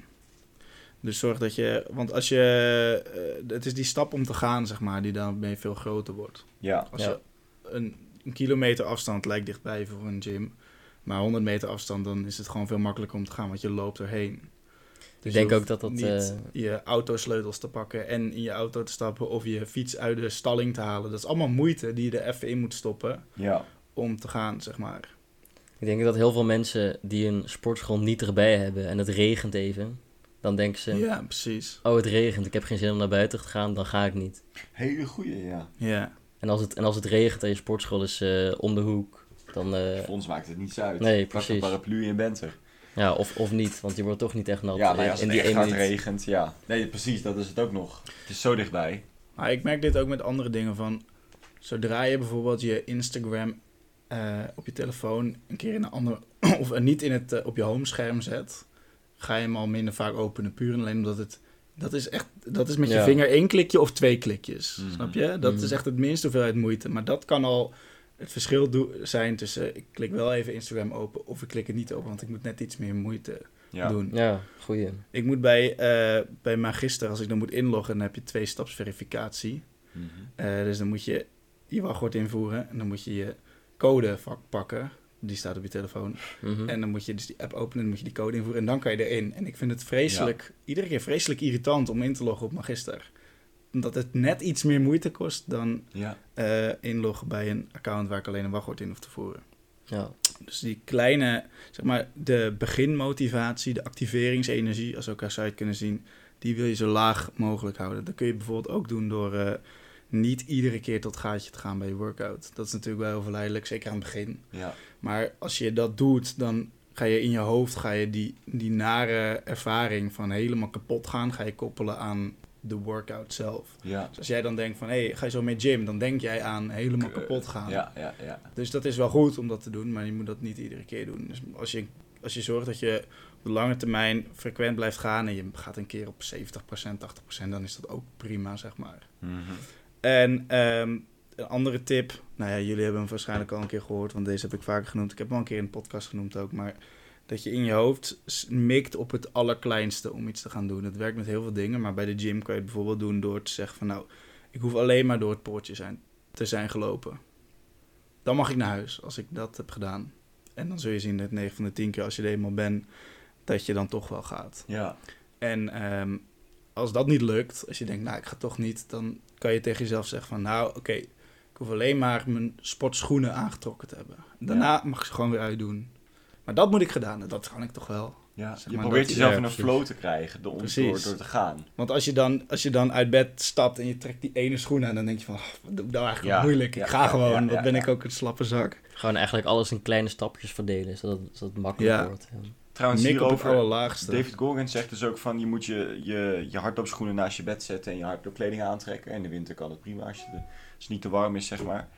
Dus zorg dat je... Want als je... Uh, het is die stap om te gaan, zeg maar, die daarmee veel groter wordt. Ja. Als ja. je een, een kilometer afstand lijkt dichtbij voor een gym. Maar honderd meter afstand, dan is het gewoon veel makkelijker om te gaan, want je loopt erheen. Dus ik denk ook dat dat... niet Uh... je autosleutels te pakken en in je auto te stappen of je fiets uit de stalling te halen. Dat is allemaal moeite die je er even in moet stoppen ja. om te gaan, zeg maar. Ik denk dat heel veel mensen die een sportschool niet erbij hebben en het regent even, dan denken ze... Ja, precies. Oh, het regent, ik heb geen zin om naar buiten te gaan, dan ga ik niet. Hele goeie, ja. Ja. En als het, en als het regent en je sportschool is uh, om de hoek, dan... Uh... Voor ons maakt het niets uit. Nee, Pak precies. een paraplu en bent er. Ja, of, of niet, want je wordt toch niet echt nat. Ja, nee, als het in die echt hard minuut. regent, ja. Nee, precies, dat is het ook nog. Het is zo dichtbij. Maar ik merk dit ook met andere dingen van... Zodra je bijvoorbeeld je Instagram uh, op je telefoon een keer in een ander... of uh, niet in het, uh, op je homescherm zet... ga je hem al minder vaak openen. Puur en alleen omdat het... Dat is echt... Dat is met je Ja. vinger één klikje of twee klikjes. Mm-hmm. Snap je? Dat Mm. is echt het minste hoeveelheid moeite. Maar dat kan al het verschil do- zijn tussen... Ik klik wel even Instagram open of ik klik het niet open. Want ik moet net iets meer moeite Ja. doen. Ja, goeie. Ik moet bij, uh, bij Magister, als ik dan moet inloggen... dan heb je twee-stapsverificatie. Mm-hmm. Uh, dus dan moet je je wachtwoord invoeren. En dan moet je je codevak pakken. Die staat op je telefoon. Mm-hmm. En dan moet je dus die app openen en dan moet je die code invoeren. En dan kan je erin. En ik vind het vreselijk, ja. iedere keer vreselijk irritant om in te loggen op Magister. Omdat het net iets meer moeite kost dan ja. uh, inloggen bij een account waar ik alleen een wachtwoord in hoef te voeren. Ja. Dus die kleine, zeg maar, de beginmotivatie, de activeringsenergie, als we elkaar site kunnen zien, die wil je zo laag mogelijk houden. Dat kun je bijvoorbeeld ook doen door uh, niet iedere keer tot gaatje te gaan bij je workout. Dat is natuurlijk wel heel verleidelijk, zeker aan het begin. Ja. Maar als je dat doet, dan ga je in je hoofd ga je die, die nare ervaring van helemaal kapot gaan, ga je koppelen aan de workout zelf. Ja. Dus als jij dan denkt van, hé, hey, ga je zo mee gym, dan denk jij aan helemaal kapot gaan. Ja, ja, ja. Dus dat is wel goed om dat te doen, maar je moet dat niet iedere keer doen. Dus als je, als je zorgt dat je op de lange termijn frequent blijft gaan en je gaat een keer op zeventig procent, tachtig procent, dan is dat ook prima, zeg maar. Mm-hmm. En um, een andere tip, nou ja, jullie hebben hem waarschijnlijk al een keer gehoord, want deze heb ik vaker genoemd. Ik heb hem al een keer in de podcast genoemd ook, maar dat je in je hoofd mikt op het allerkleinste om iets te gaan doen. Het werkt met heel veel dingen, maar bij de gym kan je het bijvoorbeeld doen door te zeggen van, nou, ik hoef alleen maar door het poortje zijn, te zijn gelopen. Dan mag ik naar huis, als ik dat heb gedaan. En dan zul je zien dat negen van de tien keer als je er eenmaal bent, dat je dan toch wel gaat. Ja. En um, als dat niet lukt, als je denkt, nou, ik ga toch niet, dan kan je tegen jezelf zeggen van, nou, oké, okay, ik hoef alleen maar mijn sportschoenen aangetrokken te hebben. Daarna ja. mag ik ze gewoon weer uitdoen. Maar dat moet ik gedaan hebben, dat kan ik toch wel. Ja, zeg je maar, probeert jezelf je, in een ja, flow te krijgen door, door, door te gaan. Want als je, dan, als je dan uit bed stapt en je trekt die ene schoen aan, dan denk je van, oh, wat doe ik nou eigenlijk ja, moeilijk? Ik ja, ga ja, gewoon, ja, ja, wat ben ja. ik ook een slappe zak. Gewoon eigenlijk alles in kleine stapjes verdelen, zodat, zodat het makkelijk ja. wordt. Ja. Trouwens, Mik op het hierover, allerlaagste. David Goggins zegt dus ook van, je moet je, je, je hardloopschoenen naast je bed zetten en je hardloopkleding aantrekken. En in de winter kan het prima als, je de, als het niet te warm is, zeg maar.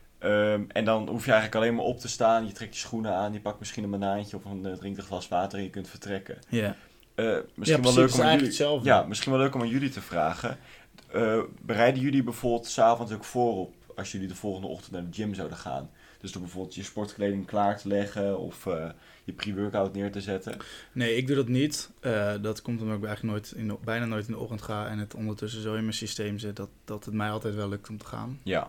Um, en dan hoef je eigenlijk alleen maar op te staan, je trekt je schoenen aan, je pakt misschien een banaantje of een uh, drinkt een glas water en je kunt vertrekken. Ja. Uh, misschien, ja, wel leuk om eigenlijk jullie, hetzelfde. ja, misschien wel leuk om aan jullie te vragen. Uh, bereiden jullie bijvoorbeeld 's avonds ook voor op als jullie de volgende ochtend naar de gym zouden gaan? Dus door bijvoorbeeld je sportkleding klaar te leggen of uh, je pre-workout neer te zetten? Nee, ik doe dat niet. Uh, dat komt omdat ik eigenlijk nooit in de, bijna nooit in de ochtend ga en het ondertussen zo in mijn systeem zit dat, dat het mij altijd wel lukt om te gaan. Ja.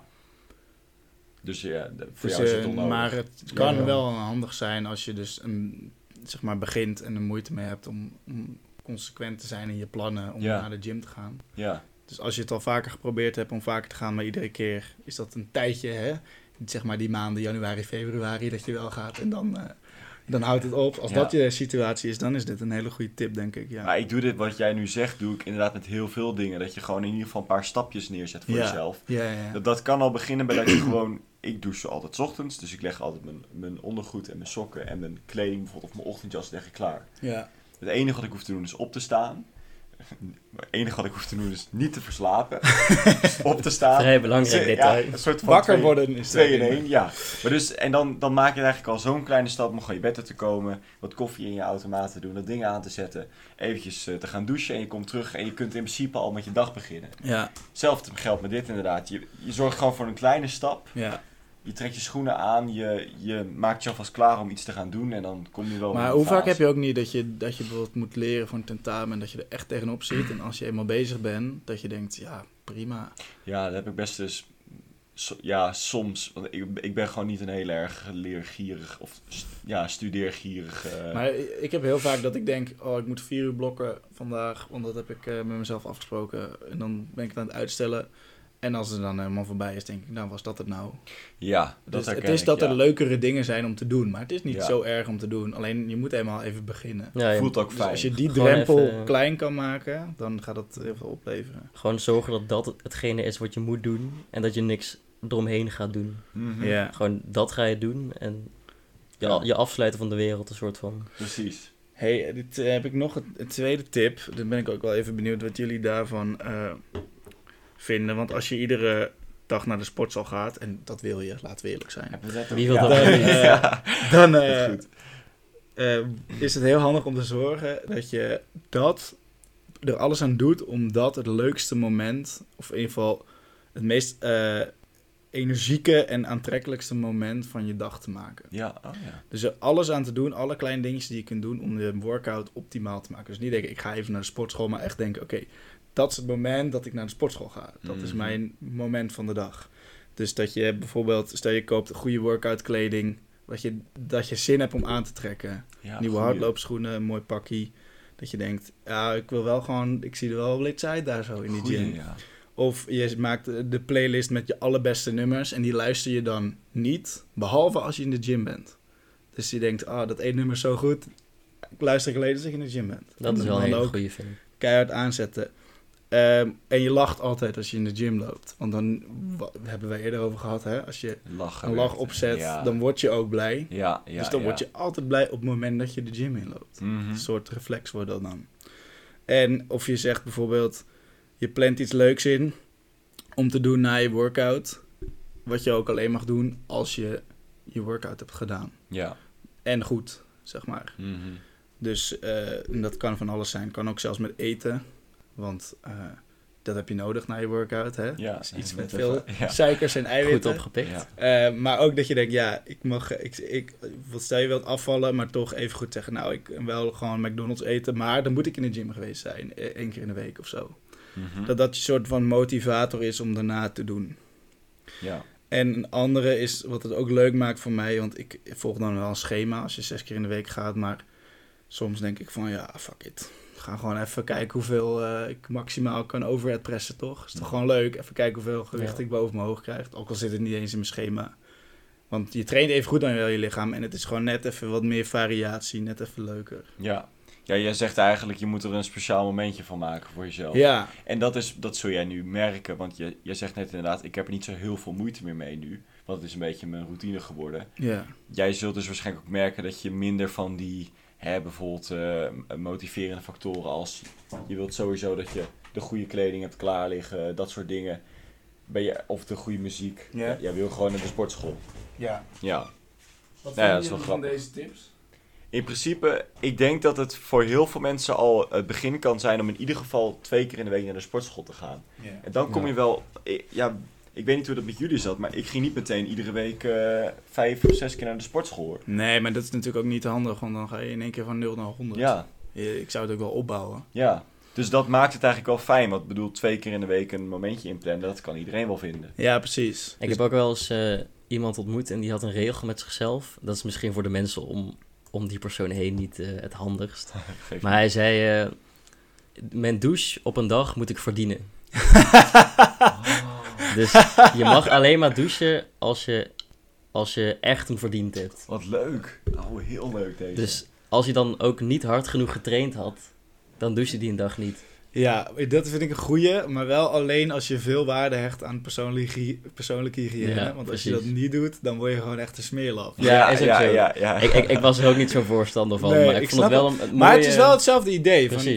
Dus ja, de, voor dus, jou is het uh, onnodig. Maar het kan ja. wel handig zijn als je dus een, zeg maar begint en er moeite mee hebt om, om consequent te zijn in je plannen om ja. naar de gym te gaan. Ja. Dus als je het al vaker geprobeerd hebt om vaker te gaan, maar iedere keer is dat een tijdje, hè? Zeg maar die maanden januari, februari, dat je wel gaat en dan, uh, dan houdt het op. Als ja. dat je situatie is, dan is dit een hele goede tip, denk ik. Ja. Maar ik doe dit, wat jij nu zegt, doe ik inderdaad met heel veel dingen. Dat je gewoon in ieder geval een paar stapjes neerzet voor ja. jezelf. Ja, ja, ja. Dat, dat kan al beginnen bij dat je gewoon... Ik douche altijd 's ochtends, dus ik leg altijd mijn, mijn ondergoed en mijn sokken en mijn kleding bijvoorbeeld of mijn ochtendjas leg ik klaar. Ja. Het enige wat ik hoef te doen is op te staan. Het enige wat ik hoef te doen is niet te verslapen. Dus op te staan. Vrij belangrijk detail. Ja, een soort van Wakker twee, worden is twee in dat. één, ja. Maar dus, en dan, dan maak je eigenlijk al zo'n kleine stap om gewoon je bed uit te komen. Wat koffie in je automaat te doen. Dat ding aan te zetten. Eventjes uh, te gaan douchen. En je komt terug en je kunt in principe al met je dag beginnen. Ja, Hetzelfde geldt met dit inderdaad. Je, je zorgt gewoon voor een kleine stap. ja. Je trekt je schoenen aan, je, je maakt je alvast klaar om iets te gaan doen en dan kom je wel Maar in hoe de vaak fase. heb je ook niet dat je, dat je bijvoorbeeld moet leren voor een tentamen en dat je er echt tegenop zit en als je eenmaal bezig bent, dat je denkt, ja, prima. Ja, dat heb ik best dus... So, ja, soms. Want ik, ik ben gewoon niet een heel erg leergierig of st- ja, studeergierig. Uh... Maar ik heb heel vaak dat ik denk, oh, ik moet vier uur blokken vandaag, want dat heb ik uh, met mezelf afgesproken. En dan ben ik het aan het uitstellen. En als het dan helemaal voorbij is, denk ik, nou, was dat het nou? Ja, dat Dus herken het is ik, dat ja. er leukere dingen zijn om te doen, maar het is niet Ja. zo erg om te doen. Alleen, je moet eenmaal even beginnen. Ja, je Voelt moet ook Dus fijn. als je die Gewoon drempel even- klein kan maken, dan gaat dat heel veel opleveren. Gewoon zorgen dat dat het- hetgene is wat je moet doen. En dat je niks eromheen gaat doen. Mhm. Ja. Gewoon dat ga je doen. En je, Ja. je afsluiten van de wereld, een soort van. Precies. Hey, dit eh, heb ik nog een, een tweede tip. Dan ben ik ook wel even benieuwd wat jullie daarvan eh, vinden. Want als je iedere dag naar de sportschool gaat, en dat wil je, laten we eerlijk zijn. Hebben we dat ook? Wie wil ja. dat Dan, niet? eh, Ja, dan dat eh, is goed. eh, is het heel handig om te zorgen dat je dat er alles aan doet om dat het leukste moment, of in ieder geval het meest eh, energieke en aantrekkelijkste moment van je dag te maken. Ja, oh ja. Dus er alles aan te doen, alle kleine dingetjes die je kunt doen om de workout optimaal te maken. Dus niet denken, ik ga even naar de sportschool, maar echt denken, oké, dat is het moment dat ik naar de sportschool ga. Dat is Mhm. mijn moment van de dag. Dus dat je bijvoorbeeld, stel je koopt goede workout kleding, dat je, dat je zin hebt om aan te trekken. Ja, Nieuwe goeie. hardloopschoenen, een mooi pakkie. Dat je denkt, ja, ik wil wel gewoon, ik zie er wel blitz uit daar zo in die Goeie, gym. ja. Of je maakt de playlist met je allerbeste nummers en die luister je dan niet, behalve als je in de gym bent. Dus je denkt, ah, dat één nummer is zo goed, ik luister ik alleen als ik in de gym ben. Dat is wel een Dan hele ook goede vind ik. keihard aanzetten. Ehm, en je lacht altijd als je in de gym loopt. Want dan, wat hebben we eerder over gehad, hè? Als je Lachen een lach werkt. opzet, Ja. dan word je ook blij. Ja, ja, dus dan ja. word je altijd blij op het moment dat je de gym inloopt. Mhm. Een soort reflex wordt dat dan. En of je zegt bijvoorbeeld, je plant iets leuks in om te doen na je workout. Wat je ook alleen mag doen als je je workout hebt gedaan. Ja. En goed, zeg maar. Mhm. Dus eh, en dat kan van alles zijn. Kan ook zelfs met eten. Want eh, dat heb je nodig na je workout. Hè? Ja, Dus iets en met met veel even- ja. suikers en Goed eiwitten. opgepikt. Ja. Eh, maar ook dat je denkt, ja, ik mag, ik, ik, wat stel je wilt afvallen, maar toch even goed zeggen, nou, ik kan wel gewoon McDonald's eten, maar dan moet ik in de gym geweest zijn, eh, één keer in de week of zo. Mhm. Dat dat je soort van motivator is om daarna te doen. Ja. En een andere is, wat het ook leuk maakt voor mij, want ik volg dan wel een schema als je zes keer in de week gaat, maar soms denk ik van, ja, fuck it. Ga gewoon even kijken hoeveel uh, ik maximaal kan overhead pressen, toch? Is toch gewoon leuk? Even kijken hoeveel gewicht Ja. ik boven mijn hoofd krijg. Ook al zit het niet eens in mijn schema. Want je traint even goed aan je lichaam en het is gewoon net even wat meer variatie, net even leuker. Ja. Ja, jij zegt eigenlijk, je moet er een speciaal momentje van maken voor jezelf. Ja, En dat, is, dat zul jij nu merken, want je, je zegt net inderdaad, ik heb er niet zo heel veel moeite meer mee nu. Want het is een beetje mijn routine geworden. ja. Jij zult dus waarschijnlijk ook merken dat je minder van die, hè, bijvoorbeeld uh, motiverende factoren als je wilt sowieso dat je de goede kleding hebt klaar liggen, dat soort dingen. Ben je, of de goede muziek. Ja. Ja, jij wil gewoon naar de sportschool. Ja. Ja. Wat Ja, dat is wel grappig. deze tips? In principe, ik denk dat het voor heel veel mensen al het begin kan zijn om in ieder geval twee keer in de week naar de sportschool te gaan. Ja. En dan kom Ja. je wel, ik- ja, ik weet niet hoe dat met jullie zat, maar ik ging niet meteen iedere week uh, vijf of zes keer naar de sportschool, hoor. Nee, maar dat is natuurlijk ook niet handig, want dan ga je in één keer van nul naar honderd. Ja, Ik zou het ook wel opbouwen. ja. Dus dat maakt het eigenlijk wel fijn, want ik bedoel, twee keer in de week een momentje inplannen, dat kan iedereen wel vinden. Ja, precies. Ik Dus- heb ook wel eens uh, iemand ontmoet en die had een regel met zichzelf. Dat is misschien voor de mensen om, om die persoon heen niet uh, het handigst. Geef Maar hij zei, uh, mijn douche op een dag moet ik verdienen. Dus je mag alleen maar douchen als je, als je echt hem verdiend hebt. Wat leuk. Oh, heel leuk deze. Dus als je dan ook niet hard genoeg getraind had, dan douche die een dag niet. Ja, dat vind ik een goeie, maar wel alleen als je veel waarde hecht aan persoonlijke, hy- persoonlijke hygiëne. Ja, Want als je precies. dat niet doet, dan word je gewoon echt een smeerlap. Ja, is ook ja, zo. ja, ja. Ik, ik, ik was er ook niet zo'n voorstander van, Nee, maar ik, ik vond het snap wel een, een Maar het mooie- is wel hetzelfde idee. Van, Precies.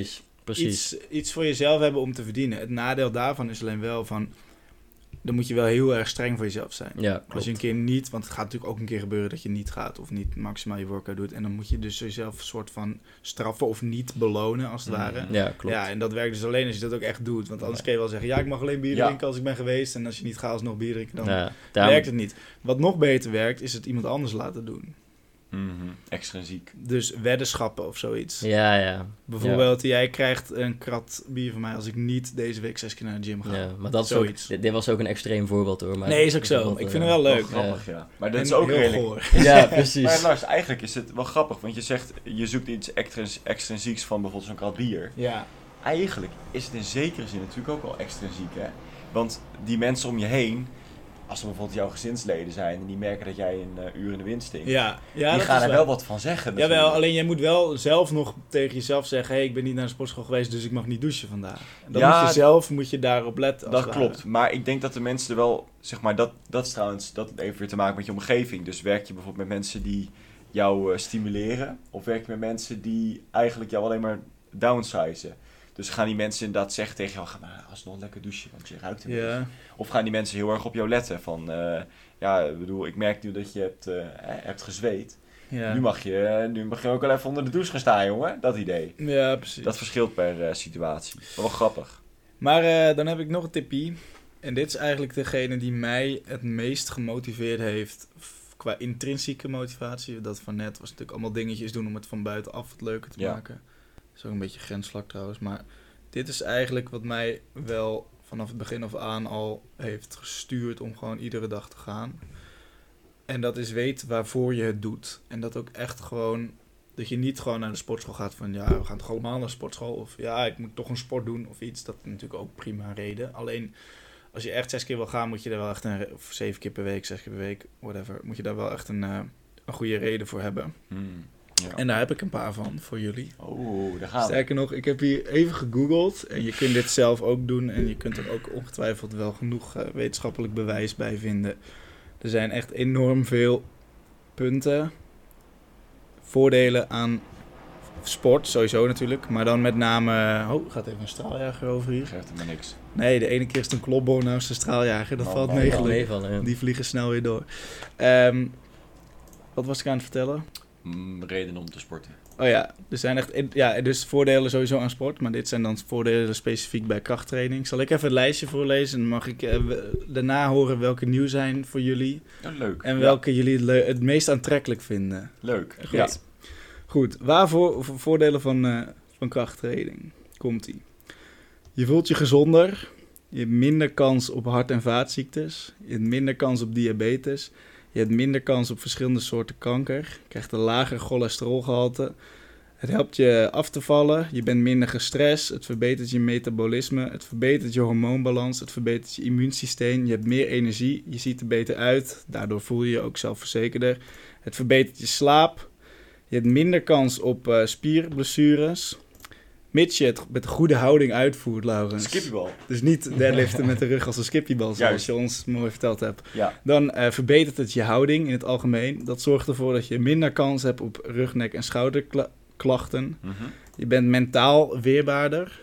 precies. iets, iets voor jezelf hebben om te verdienen. Het nadeel daarvan is alleen wel van... Dan moet je wel heel erg streng voor jezelf zijn. Ja, klopt. Als je een keer niet... Want het gaat natuurlijk ook een keer gebeuren dat je niet gaat... Of niet maximaal je workout doet. En dan moet je dus jezelf een soort van straffen of niet belonen, als het ware. Ja, klopt. Ja, en dat werkt dus alleen als je dat ook echt doet. Want anders Ja. kun je wel zeggen... Ja, ik mag alleen bier Ja. drinken als ik ben geweest. En als je niet gaat alsnog bier drinken, dan Ja, daarom- werkt het niet. Wat nog beter werkt, is het iemand anders laten doen. Mhm. Extrinsiek. Dus weddenschappen of zoiets. Ja, ja. Bijvoorbeeld, jij krijgt een krat bier van mij als ik niet deze week zes keer naar de gym ga. Ja, maar dat is Zoiets. ook, dit, dit was ook een extreem voorbeeld hoor. Maar Nee, is ook zo. bijvoorbeeld, Ik vind eh, het wel leuk. Wel grappig, ja. Maar dat En is ook heel redelijk... goor. Ja, precies. Maar Lars, eigenlijk is het wel grappig, want je zegt, je zoekt iets extrins- extrinsieks van bijvoorbeeld zo'n krat bier. Ja. Eigenlijk is het in zekere zin natuurlijk ook wel extrinsiek, hè. Want die mensen om je heen, als er bijvoorbeeld jouw gezinsleden zijn en die merken dat jij een uh, uur in de wind stinkt, Ja, ja die dat gaan is er wel wat van zeggen. Jawel, natuurlijk. alleen jij moet wel zelf nog tegen jezelf zeggen... Hé, hey, ik ben niet naar de sportschool geweest, dus ik mag niet douchen vandaag. Dan Ja, moet je zelf moet je daarop letten. Als Dat het ware. klopt, maar ik denk dat de mensen er wel, zeg maar, dat, dat is trouwens, dat heeft weer te maken met je omgeving. Dus werk je bijvoorbeeld met mensen die jou uh, stimuleren, of werk je met mensen die eigenlijk jou alleen maar downsizen. Dus gaan die mensen inderdaad zeggen tegen jou, ga maar alsnog lekker douchen, want je ruikt een beetje. Ja. Of gaan die mensen heel erg op jou letten van, uh, ja, ik bedoel, ik merk nu dat je hebt, uh, hebt gezweet. Ja. Nu, mag je, nu mag je ook wel even onder de douche gaan staan, jongen. Dat idee. ja, precies. Dat verschilt per uh, situatie. Maar wel grappig. Maar uh, dan heb ik nog een tipje. En dit is eigenlijk degene die mij het meest gemotiveerd heeft f- qua intrinsieke motivatie. Dat van net was natuurlijk allemaal dingetjes doen om het van buitenaf wat leuker te Ja. maken. Dat is ook een beetje grensvlak trouwens. Maar dit is eigenlijk wat mij wel vanaf het begin af aan al heeft gestuurd om gewoon iedere dag te gaan. En dat is weten waarvoor je het doet. En dat ook echt gewoon... Dat je niet gewoon naar de sportschool gaat van... Ja, we gaan toch allemaal naar de sportschool. Of ja, ik moet toch een sport doen of iets. Dat is natuurlijk ook prima reden. Alleen, als je echt zes keer wil gaan... moet je daar wel echt een... Of zeven keer per week, zes keer per week, whatever. Moet je daar wel echt een, uh, een goede reden voor hebben. Hmm. Ja. En daar heb ik een paar van voor jullie. Oh, daar gaan we. Sterker nog, ik heb hier even gegoogeld. En je kunt dit zelf ook doen. En je kunt er ook ongetwijfeld wel genoeg uh, wetenschappelijk bewijs bij vinden. Er zijn echt enorm veel punten... voordelen aan sport, sowieso natuurlijk. Maar dan met name... Oh, gaat even een straaljager over hier. Geeft het maar niks. Nee, de ene keer is het een klopboor, nou is het een straaljager. Dat Oh, valt oh, mee Kan gelukkig. meevallen, ja. Die vliegen snel weer door. Um, wat was ik aan het vertellen? Mm, reden om te sporten. Oh ja, er zijn echt... Ja, dus voordelen sowieso aan sport. Maar dit zijn dan voordelen specifiek bij krachttraining. Zal ik even het lijstje voorlezen? Dan mag ik uh, daarna horen welke nieuw zijn voor jullie. Ja, leuk. En Ja, welke jullie het, le- het meest aantrekkelijk vinden. leuk. Goed. Ja. Goed, waarvoor voor voordelen van, uh, van krachttraining? Komt-ie. Je voelt je gezonder. Je hebt minder kans op hart- en vaatziektes. Je hebt minder kans op diabetes. Je hebt minder kans op verschillende soorten kanker. Je krijgt een lager cholesterolgehalte. Het helpt je af te vallen. Je bent minder gestrest. Het verbetert je metabolisme. Het verbetert je hormoonbalans. Het verbetert je immuunsysteem. Je hebt meer energie. Je ziet er beter uit. Daardoor voel je je ook zelfverzekerder. Het verbetert je slaap. Je hebt minder kans op uh, spierblessures. Mits je het met goede houding uitvoert, Laurens. Skippiebal. Dus niet deadliften met de rug als een skippiebal, zoals Juist. je ons mooi verteld hebt. Ja. Dan uh, verbetert het je houding in het algemeen. Dat zorgt ervoor dat je minder kans hebt op rug, nek en schouderklachten. Mm-hmm. Je bent mentaal weerbaarder.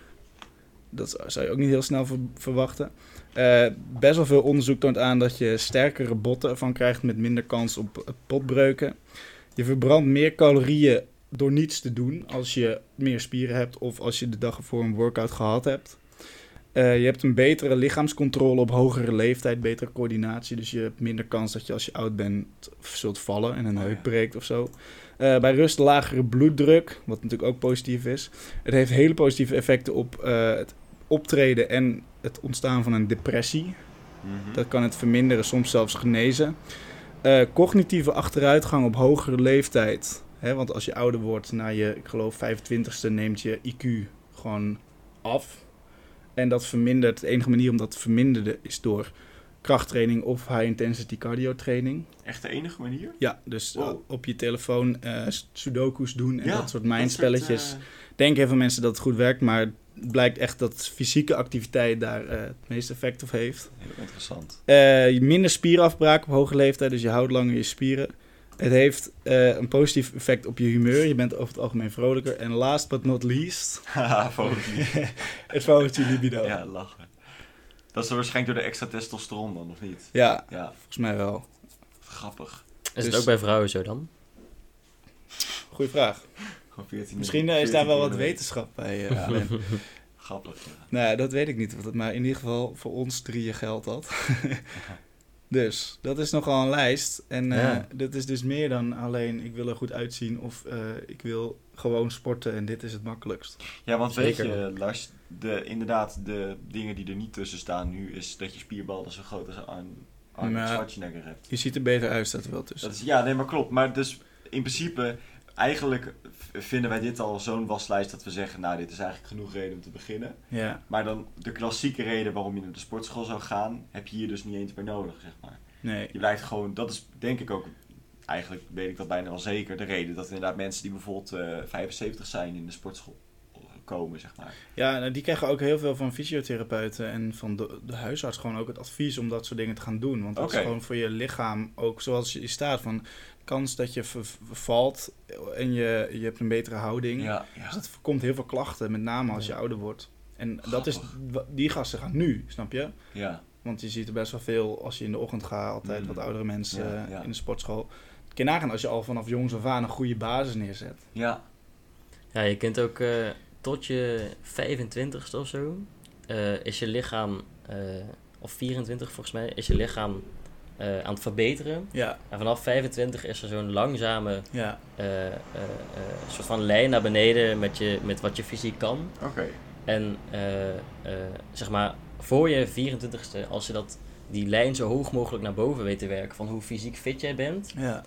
Dat zou je ook niet heel snel ver- verwachten. Uh, best wel veel onderzoek toont aan dat je sterkere botten van krijgt met minder kans op uh, potbreuken. Je verbrandt meer calorieën door niets te doen als je meer spieren hebt of als je de dag ervoor een workout gehad hebt. Uh, je hebt een betere lichaamscontrole op hogere leeftijd, betere coördinatie. Dus je hebt minder kans dat je als je oud bent zult vallen en een Oh, heup ja. breekt of zo. Uh, bij rust lagere bloeddruk, wat natuurlijk ook positief is. Het heeft hele positieve effecten op uh, het optreden en het ontstaan van een depressie. Mm-hmm. Dat kan het verminderen, soms zelfs genezen. Uh, cognitieve achteruitgang op hogere leeftijd. Hè, want als je ouder wordt, na je, ik geloof, vijfentwintigste neemt je I Q gewoon af. En dat vermindert, de enige manier om dat te verminderen is door krachttraining of high-intensity cardio training. Echt de enige manier? Ja, dus uh, Wow. op je telefoon uh, sudoku's doen en Ja, dat soort mindspelletjes. Dat soort, uh, Denken heel veel mensen dat het goed werkt, maar het blijkt echt dat fysieke activiteit daar uh, het meeste effect op heeft. heel interessant. Uh, minder spierafbraak op hoge leeftijd, dus je houdt langer je spieren. Het heeft uh, een positief effect op je humeur. Je bent over het algemeen vrolijker. En last but not least... Haha, verhoogt het verhoogt je libido. Ja, lachen. Dat is waarschijnlijk door de extra testosteron dan, of niet? Ja, ja. volgens mij wel. Grappig. Is dus... het ook bij vrouwen zo dan? Goeie vraag. veertien, Misschien uh, is daar wel wat wetenschap bij. Uh, ja. Grappig, ja. Nee, dat weet ik niet. Maar in ieder geval voor ons drieën geldt dat. Dus, dat is nogal een lijst. En uh, ja. dat is dus meer dan alleen ik wil er goed uitzien of uh, ik wil gewoon sporten en dit is het makkelijkst. Ja, want Zeker. weet je, Lars, de, inderdaad, de dingen die er niet tussen staan nu is dat je spierballen zo groot als Arnold Schwarzenegger hebt. Je ziet er beter uit, staat er wel tussen. Dat is, ja, nee, maar klopt. Maar dus in principe, eigenlijk vinden wij dit al zo'n waslijst dat we zeggen, nou, dit is eigenlijk genoeg reden om te beginnen. Ja. Maar dan de klassieke reden waarom je naar de sportschool zou gaan, heb je hier dus niet eens meer nodig, zeg maar. Nee. Je blijft gewoon, dat is denk ik ook, eigenlijk weet ik dat bijna wel zeker, de reden dat inderdaad mensen die bijvoorbeeld uh, vijfenzeventig zijn in de sportschool komen, zeg maar. Ja, nou, die krijgen ook heel veel van fysiotherapeuten en van de, de huisarts gewoon ook het advies om dat soort dingen te gaan doen. Want dat okay. is gewoon voor je lichaam ook zoals je staat van kans dat je v- valt en je, je hebt een betere houding. Ja, ja. Dus dat voorkomt heel veel klachten, met name als je ja. ouder wordt. En Grappig. dat is, die gasten gaan nu, snap je? Ja. Want je ziet er best wel veel, als je in de ochtend gaat, altijd mm. wat oudere mensen ja, ja. in de sportschool. Kun je nagaan als je al vanaf jongs af aan een goede basis neerzet. Ja. Ja, je kunt ook uh, tot je vijfentwintigste of zo, uh, is je lichaam, uh, of vierentwintig volgens mij, is je lichaam uh, aan het verbeteren. Ja. En vanaf vijfentwintig is er zo'n langzame ja. uh, uh, uh, soort van lijn naar beneden met, je, met wat je fysiek kan. Oké. Okay. En uh, uh, zeg maar, voor je vierentwintigste, als je dat, die lijn zo hoog mogelijk naar boven weet te werken van hoe fysiek fit jij bent, ja.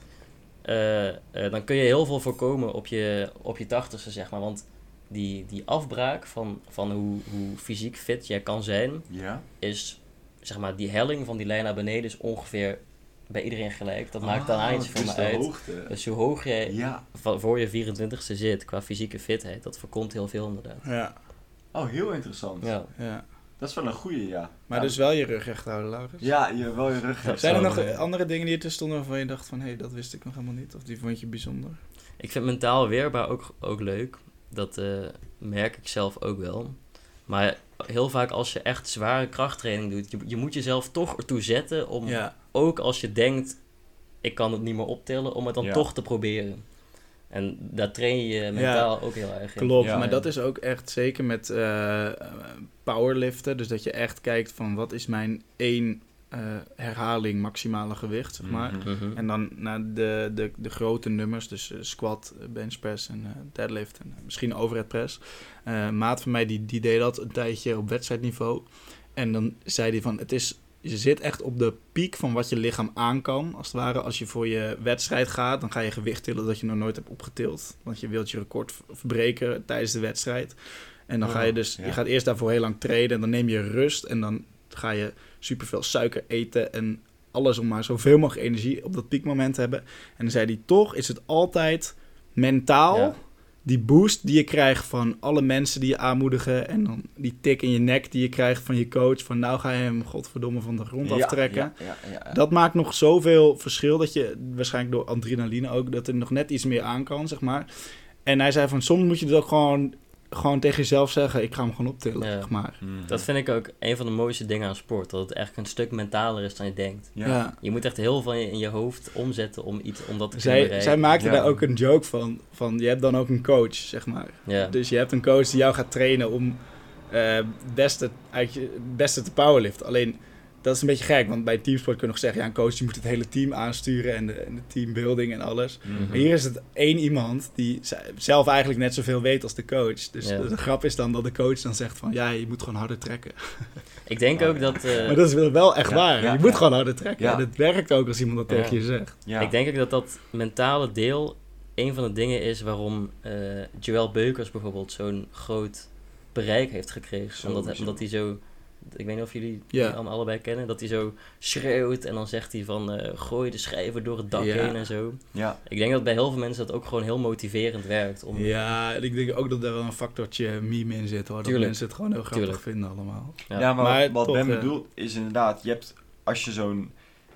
uh, uh, dan kun je heel veel voorkomen op je, op je tachtigste, zeg maar. Want die, die afbraak van, van hoe, hoe fysiek fit jij kan zijn, ja. is, zeg maar, die helling van die lijn naar beneden is ongeveer bij iedereen gelijk. Dat maakt dan ah, iets voor me uit. Hoogte. Dus hoe hoog jij ja. va- voor je vierentwintigste zit qua fysieke fitheid, dat voorkomt heel veel inderdaad. Ja. Oh, heel interessant. Ja. ja. Dat is wel een goeie, ja. Maar ja. dus wel je rug recht houden, Laurens? Ja, je wel je rug recht Zijn er nog houden. andere dingen die er tussen stonden waarvan je dacht van, hé, hey, dat wist ik nog helemaal niet? Of die vond je bijzonder? Ik vind mentaal weerbaar ook, ook leuk. Dat uh, merk ik zelf ook wel. Maar heel vaak als je echt zware krachttraining doet, je, je moet jezelf toch ertoe zetten om, ja. ook als je denkt, ik kan het niet meer optillen, om het dan ja. toch te proberen. En daar train je je mentaal ja, ook heel erg in. Klopt, ja, maar ja. dat is ook echt zeker met uh, powerliften. Dus dat je echt kijkt van wat is mijn één uh, herhaling maximale gewicht, zeg maar. Mm-hmm. En dan naar de, de, de grote nummers, dus uh, squat, benchpress en uh, deadlift en uh, misschien overhead press. Uh, een maat van mij die, die deed dat een tijdje op wedstrijdniveau. En dan zei hij van het is... Je zit echt op de piek van wat je lichaam aan kan. Als het ware, als je voor je wedstrijd gaat, dan ga je gewicht tillen dat je nog nooit hebt opgetild. Want je wilt je record verbreken tijdens de wedstrijd. En dan oh, ga je dus, ja. je gaat eerst daarvoor heel lang trainen en dan neem je rust. En dan ga je superveel suiker eten en alles om maar zoveel mogelijk energie op dat piekmoment te hebben. En dan zei hij, toch is het altijd mentaal... Ja. Die boost die je krijgt van alle mensen die je aanmoedigen... en dan die tik in je nek die je krijgt van je coach... van nou ga je hem godverdomme van de grond ja, aftrekken. Ja, ja, ja, ja. Dat maakt nog zoveel verschil dat je... waarschijnlijk door adrenaline ook... dat er nog net iets meer aan kan, zeg maar. En hij zei van soms moet je het ook gewoon... gewoon tegen jezelf zeggen, ik ga hem gewoon optillen, ja. zeg maar. Mm-hmm. Dat vind ik ook een van de mooiste dingen aan sport. Dat het echt een stuk mentaler is dan je denkt. Ja. Ja. Je moet echt heel veel in je hoofd omzetten om, iets, om dat te zij, kunnen bereiken. Zij maakte ja. daar ook een joke van, van. Je hebt dan ook een coach, zeg maar. Ja. Dus je hebt een coach die jou gaat trainen om uh, het beste, eigenlijk het beste te powerliften. Alleen, dat is een beetje gek, want bij teamsport kun je nog zeggen... ja, een coach die moet het hele team aansturen en de, en de teambuilding en alles. Mm-hmm. Maar hier is het één iemand die zelf eigenlijk net zoveel weet als de coach. Dus ja. de grap is dan dat de coach dan zegt van... ja, je moet gewoon harder trekken. Ik denk ook dat... Uh, maar dat is wel echt ja, waar. Ja, je moet ja. gewoon harder trekken. Ja. En het werkt ook als iemand dat ja. tegen je zegt. Ja. Ik denk ook dat dat mentale deel... een van de dingen is waarom uh, Joël Beukers bijvoorbeeld... zo'n groot bereik heeft gekregen. Zo, omdat, zo. omdat hij zo... Ik weet niet of jullie ja. die allebei kennen. Dat hij zo schreeuwt en dan zegt hij van... Uh, gooi de schijven door het dak ja. heen en zo. Ja. Ik denk dat bij heel veel mensen dat ook gewoon heel motiverend werkt. Om... Ja, en ik denk ook dat er wel een factortje meme in zit, hoor. Dat Tuurlijk. mensen het gewoon heel grappig Tuurlijk. vinden allemaal. Ja, ja maar, maar wat toch, Ben uh, bedoelt is inderdaad... je hebt als je zo'n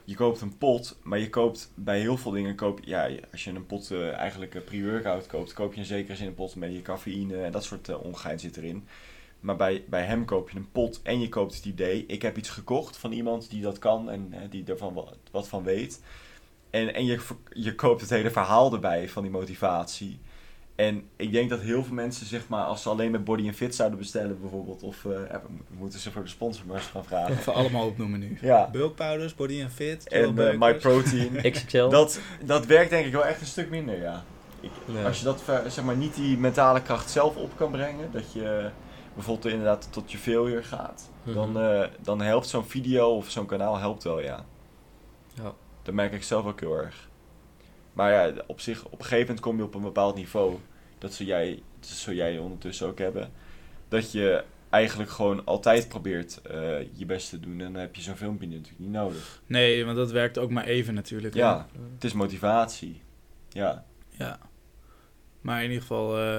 je koopt een pot, maar je koopt bij heel veel dingen, koop, ja, als je een pot uh, eigenlijk een pre-workout koopt, koop je een zekere zin een pot met je cafeïne en dat soort uh, ongein zit erin. Maar bij, bij hem koop je een pot en je koopt het idee, ik heb iets gekocht van iemand die dat kan en uh, die er wat, wat van weet. En, en je, je koopt het hele verhaal erbij van die motivatie. En ik denk dat heel veel mensen, zeg maar, als ze alleen met Body and Fit zouden bestellen bijvoorbeeld, of uh, we moeten ze voor de sponsor maar eens gaan vragen. Even allemaal opnoemen nu. Ja. Bulk powders, Body and Fit, en uh, My Protein. X X L. Dat, dat werkt denk ik wel echt een stuk minder, ja. Ik, ja. Als je dat, zeg maar, niet die mentale kracht zelf op kan brengen, dat je bijvoorbeeld inderdaad tot je failure gaat, mm-hmm. dan, uh, dan helpt zo'n video of zo'n kanaal helpt wel, ja. Ja. Dat merk ik zelf ook heel erg. Maar ja, op zich, op een gegeven moment kom je op een bepaald niveau. Dat zul jij, dat zul jij ondertussen ook hebben. Dat je eigenlijk gewoon altijd probeert uh, je best te doen. En dan heb je zo'n filmpje natuurlijk niet nodig. Nee, want dat werkt ook maar even natuurlijk. Ja, hè? Het is motivatie. Ja. Ja. Maar in ieder geval, uh,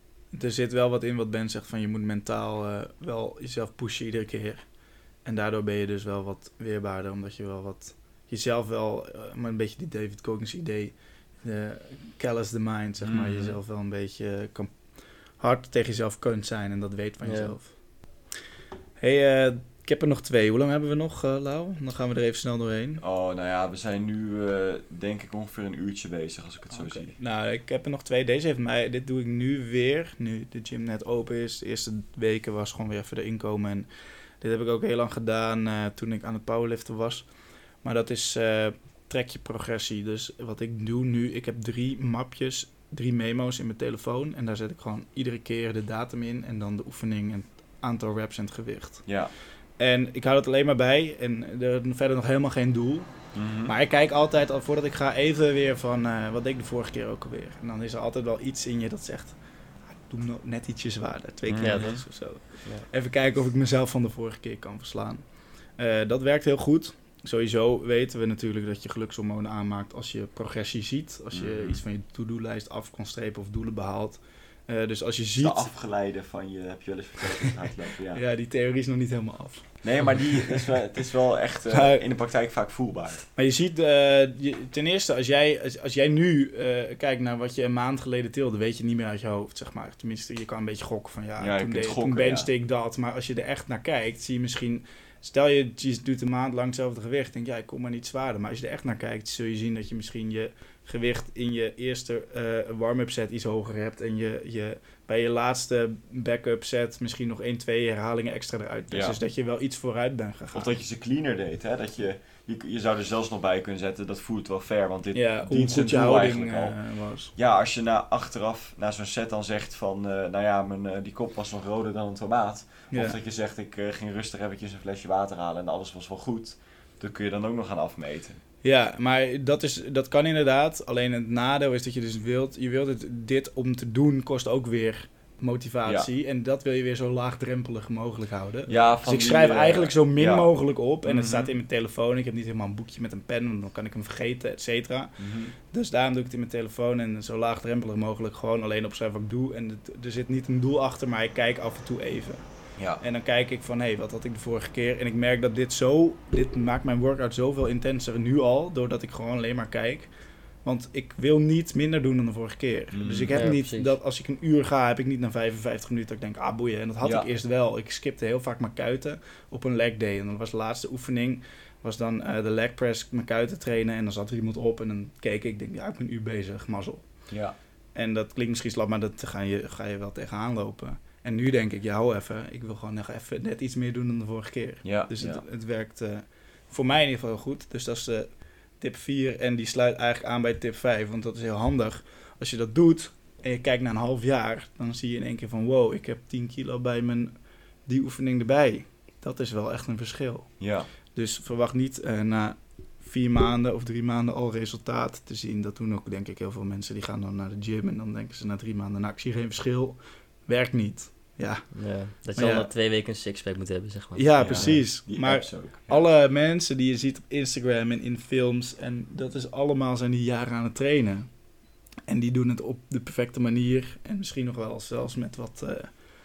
er zit wel wat in wat Ben zegt van je moet mentaal uh, wel jezelf pushen iedere keer. En daardoor ben je dus wel wat weerbaarder, omdat je wel wat... jezelf wel, uh, maar een beetje die David Goggins idee, de callous the mind, zeg maar, mm. jezelf wel een beetje kan, hard tegen jezelf kunt zijn en dat weet van jezelf. Ja. Hey, uh, ik heb er nog twee. Hoe lang hebben we nog, uh, Lau? Dan gaan we er even snel doorheen. Oh, nou ja, we zijn nu, uh, denk ik, ongeveer een uurtje bezig, als ik het okay. zo zie. Nou, ik heb er nog twee. Deze heeft mij, dit doe ik nu weer, nu de gym net open is. De eerste weken was gewoon weer even erin komen en dit heb ik ook heel lang gedaan uh, toen ik aan het powerliften was. Maar dat is uh, trekje progressie. Dus wat ik doe nu, ik heb drie mapjes, drie memo's in mijn telefoon. En daar zet ik gewoon iedere keer de datum in. En dan de oefening en het aantal reps en het gewicht. Ja. En ik hou dat alleen maar bij. En er verder nog helemaal geen doel. Mm-hmm. Maar ik kijk altijd, al voordat ik ga, even weer van uh, wat deed ik de vorige keer ook alweer. En dan is er altijd wel iets in je dat zegt, ah, ik doe hem net ietsje zwaarder. Twee keer mm-hmm. of zo. Ja. Even kijken of ik mezelf van de vorige keer kan verslaan. Uh, dat werkt heel goed. Sowieso weten we natuurlijk dat je gelukshormonen aanmaakt als je progressie ziet. Als je mm. iets van je to-do-lijst af kan strepen of doelen behaalt. Uh, dus als je ziet... De afgeleide van je, heb je wel eens verteld in hardlopen, ja. Ja, die theorie is nog niet helemaal af. Nee, maar die is wel, het is wel echt uh, maar, in de praktijk vaak voelbaar. Maar je ziet, uh, je, ten eerste, als jij, als, als jij nu uh, kijkt naar wat je een maand geleden tilde, weet je niet meer uit je hoofd, zeg maar. Tenminste, je kan een beetje gokken van ja, ja toen, de, gokken, toen benchte ja. ik dat. Maar als je er echt naar kijkt, zie je misschien... Stel je, je doet een maand lang hetzelfde gewicht, denk je, ja, ik kom maar niet zwaarder. Maar als je er echt naar kijkt, zul je zien dat je misschien je gewicht in je eerste uh, warm-up set iets hoger hebt. En je, je bij je laatste backup set misschien nog één, twee herhalingen extra eruit pest. Ja. Dus dat je wel iets vooruit bent gegaan. Of dat je ze cleaner deed, hè? Dat je, je, je zou er zelfs nog bij kunnen zetten, dat voelt wel fair. Want dit ja, dient hoe goed je houding uh, was. Ja, als je na, achteraf na zo'n set dan zegt van, uh, nou ja, mijn, uh, die kop was nog roder dan een tomaat. Ja. Of dat je zegt, ik uh, ging rustig eventjes een flesje water halen en alles was wel goed. Dat kun je dan ook nog gaan afmeten. Ja, maar dat, is, dat kan inderdaad. Alleen het nadeel is dat je dus wilt... Je wilt het, dit om te doen kost ook weer motivatie. Ja. En dat wil je weer zo laagdrempelig mogelijk houden. Ja, dus ik schrijf die, eigenlijk zo min ja. mogelijk op. En mm-hmm. het staat in mijn telefoon. Ik heb niet helemaal een boekje met een pen. Want dan kan ik hem vergeten, et cetera. Mm-hmm. Dus daarom doe ik het in mijn telefoon. En zo laagdrempelig mogelijk gewoon alleen opschrijven wat ik doe. En het, er zit niet een doel achter, maar ik kijk af en toe even. Ja. En dan kijk ik van, hé, hey, wat had ik de vorige keer? En ik merk dat dit zo, dit maakt mijn workout zoveel intenser nu al, doordat ik gewoon alleen maar kijk. Want ik wil niet minder doen dan de vorige keer. Mm, dus ik heb ja, niet precies. dat als ik een uur ga, heb ik niet na vijfenvijftig minuten dat ik denk, ah boeien. En dat had ja. ik eerst wel. Ik skipte heel vaak mijn kuiten op een leg day. En dan was de laatste oefening, was dan uh, de leg press, mijn kuiten trainen. En dan zat er iemand op en dan keek ik, denk, ja, ik ben een uur bezig, mazzel. Ja. En dat klinkt misschien slap, maar dat ga je, ga je wel tegenaan lopen. En nu denk ik, ja, hou even. Ik wil gewoon nog even net iets meer doen dan de vorige keer. Ja, dus ja. het, het werkt uh, voor mij in ieder geval goed. Dus dat is uh, tip vier. En die sluit eigenlijk aan bij tip vijf. Want dat is heel handig. Als je dat doet en je kijkt naar een half jaar, dan zie je in één keer van, wow, ik heb tien kilo bij mijn die oefening erbij. Dat is wel echt een verschil. Ja. Dus verwacht niet uh, na vier maanden of drie maanden al resultaat te zien. Dat doen ook, denk ik, heel veel mensen. Die gaan dan naar de gym en dan denken ze na drie maanden, nou, ik zie geen verschil. Werkt niet. Ja. ja. Dat je al ja. na twee weken een sixpack moet hebben, zeg maar. Ja, ja precies. Ja, maar ja. alle mensen die je ziet op Instagram en in films, en dat is allemaal zijn die jaren aan het trainen. En die doen het op de perfecte manier. En misschien nog wel zelfs met wat uh,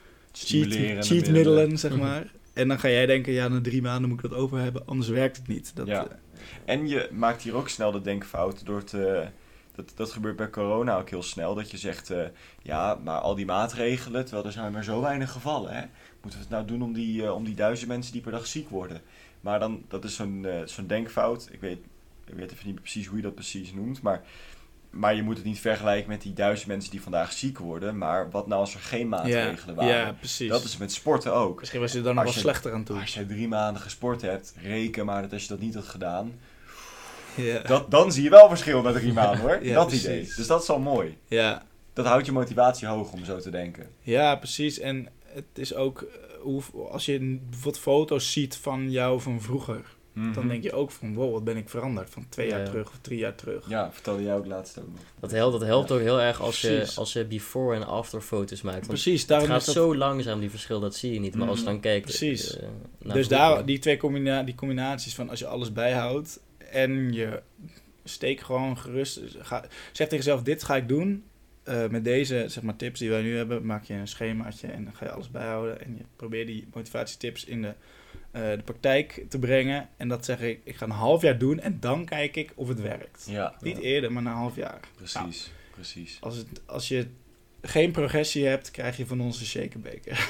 cheat, cheatmiddelen, zeg maar. En dan ga jij denken, ja, na drie maanden moet ik dat over hebben, anders werkt het niet. Dat, ja. uh, En je maakt hier ook snel de denkfout door te... Dat, dat gebeurt bij corona ook heel snel. Dat je zegt, uh, ja, maar al die maatregelen, terwijl er zijn maar zo weinig gevallen. Hè? Moeten we het nou doen om die, uh, om die duizend mensen die per dag ziek worden? Maar dan, dat is zo'n, uh, zo'n denkfout. Ik weet, ik weet even niet precies hoe je dat precies noemt. Maar, maar je moet het niet vergelijken met die duizend mensen die vandaag ziek worden. Maar wat nou als er geen maatregelen ja, waren? Ja, precies. Dat is met sporten ook. Misschien was je er dan nog wel je, slechter aan toe. Als je drie maanden gesport hebt, reken maar dat als je dat niet had gedaan... Ja. Dat, dan zie je wel verschil na drie maanden hoor. Ja, dat precies. idee. Dus dat is al mooi. Ja. Dat houdt je motivatie hoog om zo te denken. Ja, precies. En het is ook, hoe, als je bijvoorbeeld foto's ziet van jou van vroeger, mm-hmm. dan denk je ook van, wow, wat ben ik veranderd van twee ja. jaar terug of drie jaar terug. Ja, vertelde jij ook laatst ook nog. Dat helpt, dat helpt ja. ook heel erg als je, Precies. je before en after foto's maakt. Want Precies. het gaat is dat... zo langzaam, die verschil, dat zie je niet. Maar als je dan kijkt... Precies. Uh, dus daar, die twee combina- die combinaties van als je alles bijhoudt en je steek gewoon gerust, ga, zeg tegen jezelf, dit ga ik doen. Uh, met deze zeg maar, tips die wij nu hebben, maak je een schemaatje en dan ga je alles bijhouden. En je probeert die motivatietips in de, uh, de praktijk te brengen. En dat zeg ik, ik ga een half jaar doen en dan kijk ik of het werkt. Ja, Niet ja. eerder, maar na een half jaar. Precies, nou, precies. Als, het, als je geen progressie hebt, krijg je van ons een shakerbeker.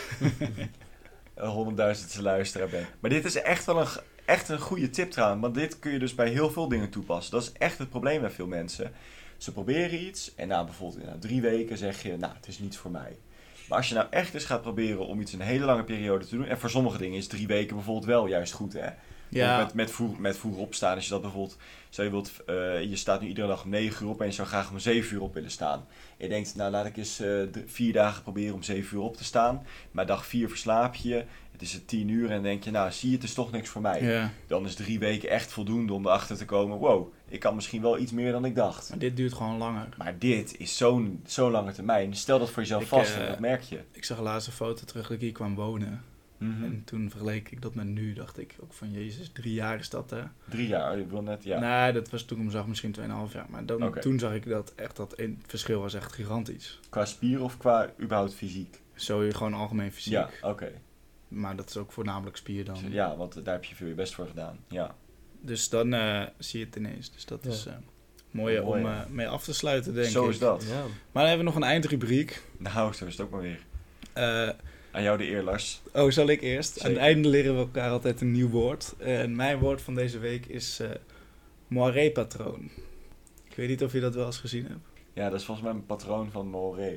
Een honderdduizendste luisteraar ben. Maar dit is echt wel een, echt een goede tip trouwens. Want dit kun je dus bij heel veel dingen toepassen. Dat is echt het probleem bij veel mensen. Ze proberen iets en na bijvoorbeeld na drie weken zeg je, nou, het is niet voor mij. Maar als je nou echt eens gaat proberen om iets een hele lange periode te doen, en voor sommige dingen is drie weken bijvoorbeeld wel juist goed, hè? Ja. Met, met, vroeg, met vroeg opstaan, als je dat bijvoorbeeld, stel je wilt, uh, je staat nu iedere dag om negen uur op en je zou graag om zeven uur op willen staan. En je denkt, nou laat ik eens uh, d- vier dagen proberen om zeven uur op te staan. Maar dag vier verslaap je, het is het tien uur en dan denk je, nou zie je, het is toch niks voor mij. Ja. Dan is drie weken echt voldoende om erachter te komen, wow, ik kan misschien wel iets meer dan ik dacht. Maar dit duurt gewoon langer. Maar dit is zo'n, zo'n lange termijn. Stel dat voor jezelf ik, vast uh, en dat merk je. Ik zag laatst een foto terug dat ik hier kwam wonen. Mm-hmm. En toen vergeleek ik dat met nu, dacht ik ook van jezus, drie jaar is dat hè? Drie jaar, ik wil net, ja. Nee, dat was toen ik hem zag misschien tweeënhalf jaar. Maar dan, okay. toen zag ik dat echt dat een, het verschil was echt gigantisch. Qua spier of qua überhaupt fysiek? Zo gewoon algemeen fysiek. Ja, oké. Okay. Maar dat is ook voornamelijk spier dan. Ja, want daar heb je veel je best voor gedaan, ja. Dus dan uh, zie je het ineens. Dus dat ja. is uh, mooi oh, om uh, mee af te sluiten, denk zo ik. Zo is dat. Ja. Maar dan hebben we nog een eindrubriek. Nou, zo is het ook maar weer. Uh, Aan jou de eer, Lars. Oh, zal ik eerst? Zeker. Aan het einde leren we elkaar altijd een nieuw woord. En mijn woord van deze week is uh, moiré-patroon. Ik weet niet of je dat wel eens gezien hebt. Ja, dat is volgens mij een patroon van Moiré.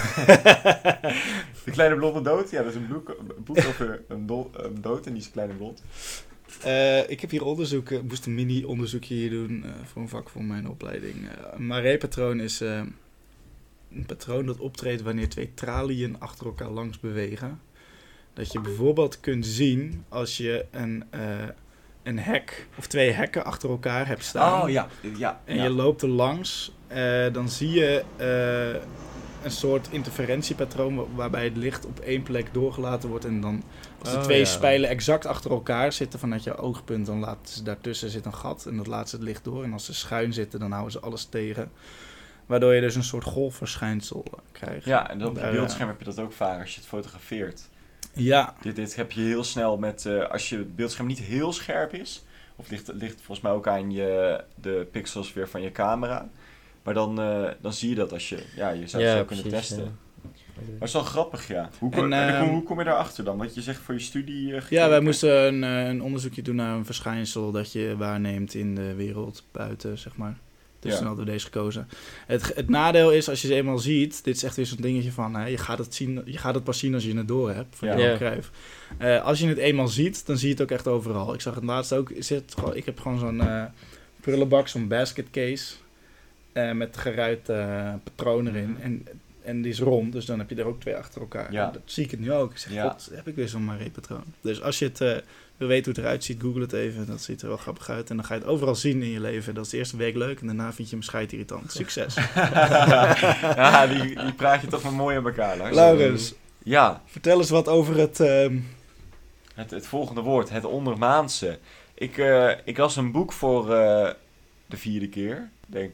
De kleine blonde dood? Ja, dat is een boek, een boek over een, do- een dood en die is klein en blond. Uh, ik heb hier onderzoek, ik moest een mini-onderzoekje hier doen uh, voor een vak voor mijn opleiding. Uh, een moiré-patroon is uh, een patroon dat optreedt wanneer twee traliën achter elkaar langs bewegen. Dat je bijvoorbeeld kunt zien als je een, uh, een hek of twee hekken achter elkaar hebt staan. Oh ja, ja. En ja. je loopt er langs, uh, dan zie je uh, een soort interferentiepatroon waar, waarbij het licht op één plek doorgelaten wordt. En dan als de oh, twee ja. spijlen exact achter elkaar zitten vanuit je oogpunt, dan laten ze daartussen zit een gat en dat laat ze het licht door. En als ze schuin zitten, dan houden ze alles tegen. Waardoor je dus een soort golfverschijnsel krijgt. Ja, en op je Daar, beeldscherm heb je dat ook vaak als je het fotografeert. Ja. Dit, dit heb je heel snel met, uh, als je het beeldscherm niet heel scherp is, of ligt, ligt volgens mij ook aan je, de pixels weer van je camera. Maar dan, uh, dan zie je dat als je, ja, je zou het ja, zo precies, kunnen testen. Ja. Maar het is wel grappig, ja. Hoe, kom, en, uh, hoe, hoe kom je daarachter dan? Want je zegt voor je studie... Uh, ja, wij moesten een, een onderzoekje doen naar een verschijnsel dat je waarneemt in de wereld buiten, zeg maar. Dus ja. Toen hadden we deze gekozen. Het, het nadeel is, als je ze eenmaal ziet, dit is echt weer zo'n dingetje van, hè, je, gaat het zien, je gaat het pas zien als je het door hebt. Van ja. Johan Cruijff. Uh, als je het eenmaal ziet, dan zie je het ook echt overal. Ik zag het laatst ook, zit, ik heb gewoon zo'n uh, prullenbak, zo'n basket case, uh, met geruite uh, patronen erin. En, en die is rond, dus dan heb je er ook twee achter elkaar. Ja. Dat zie ik het nu ook. Ik zeg, ja. god, heb ik weer zo'n moiré-patroon. Dus als je het... Uh, wil weten hoe het eruit ziet, google het even. Dat ziet er wel grappig uit. En dan ga je het overal zien in je leven. Dat is de eerste week leuk en daarna vind je hem scheidirritant. Succes. Ja, die, die praat je toch maar mooi aan elkaar, Lars. Laurens, ja. Vertel eens wat over het... Uh... Het, het volgende woord, het ondermaanse. Ik, uh, ik las een boek voor uh, de vierde keer, denk ik.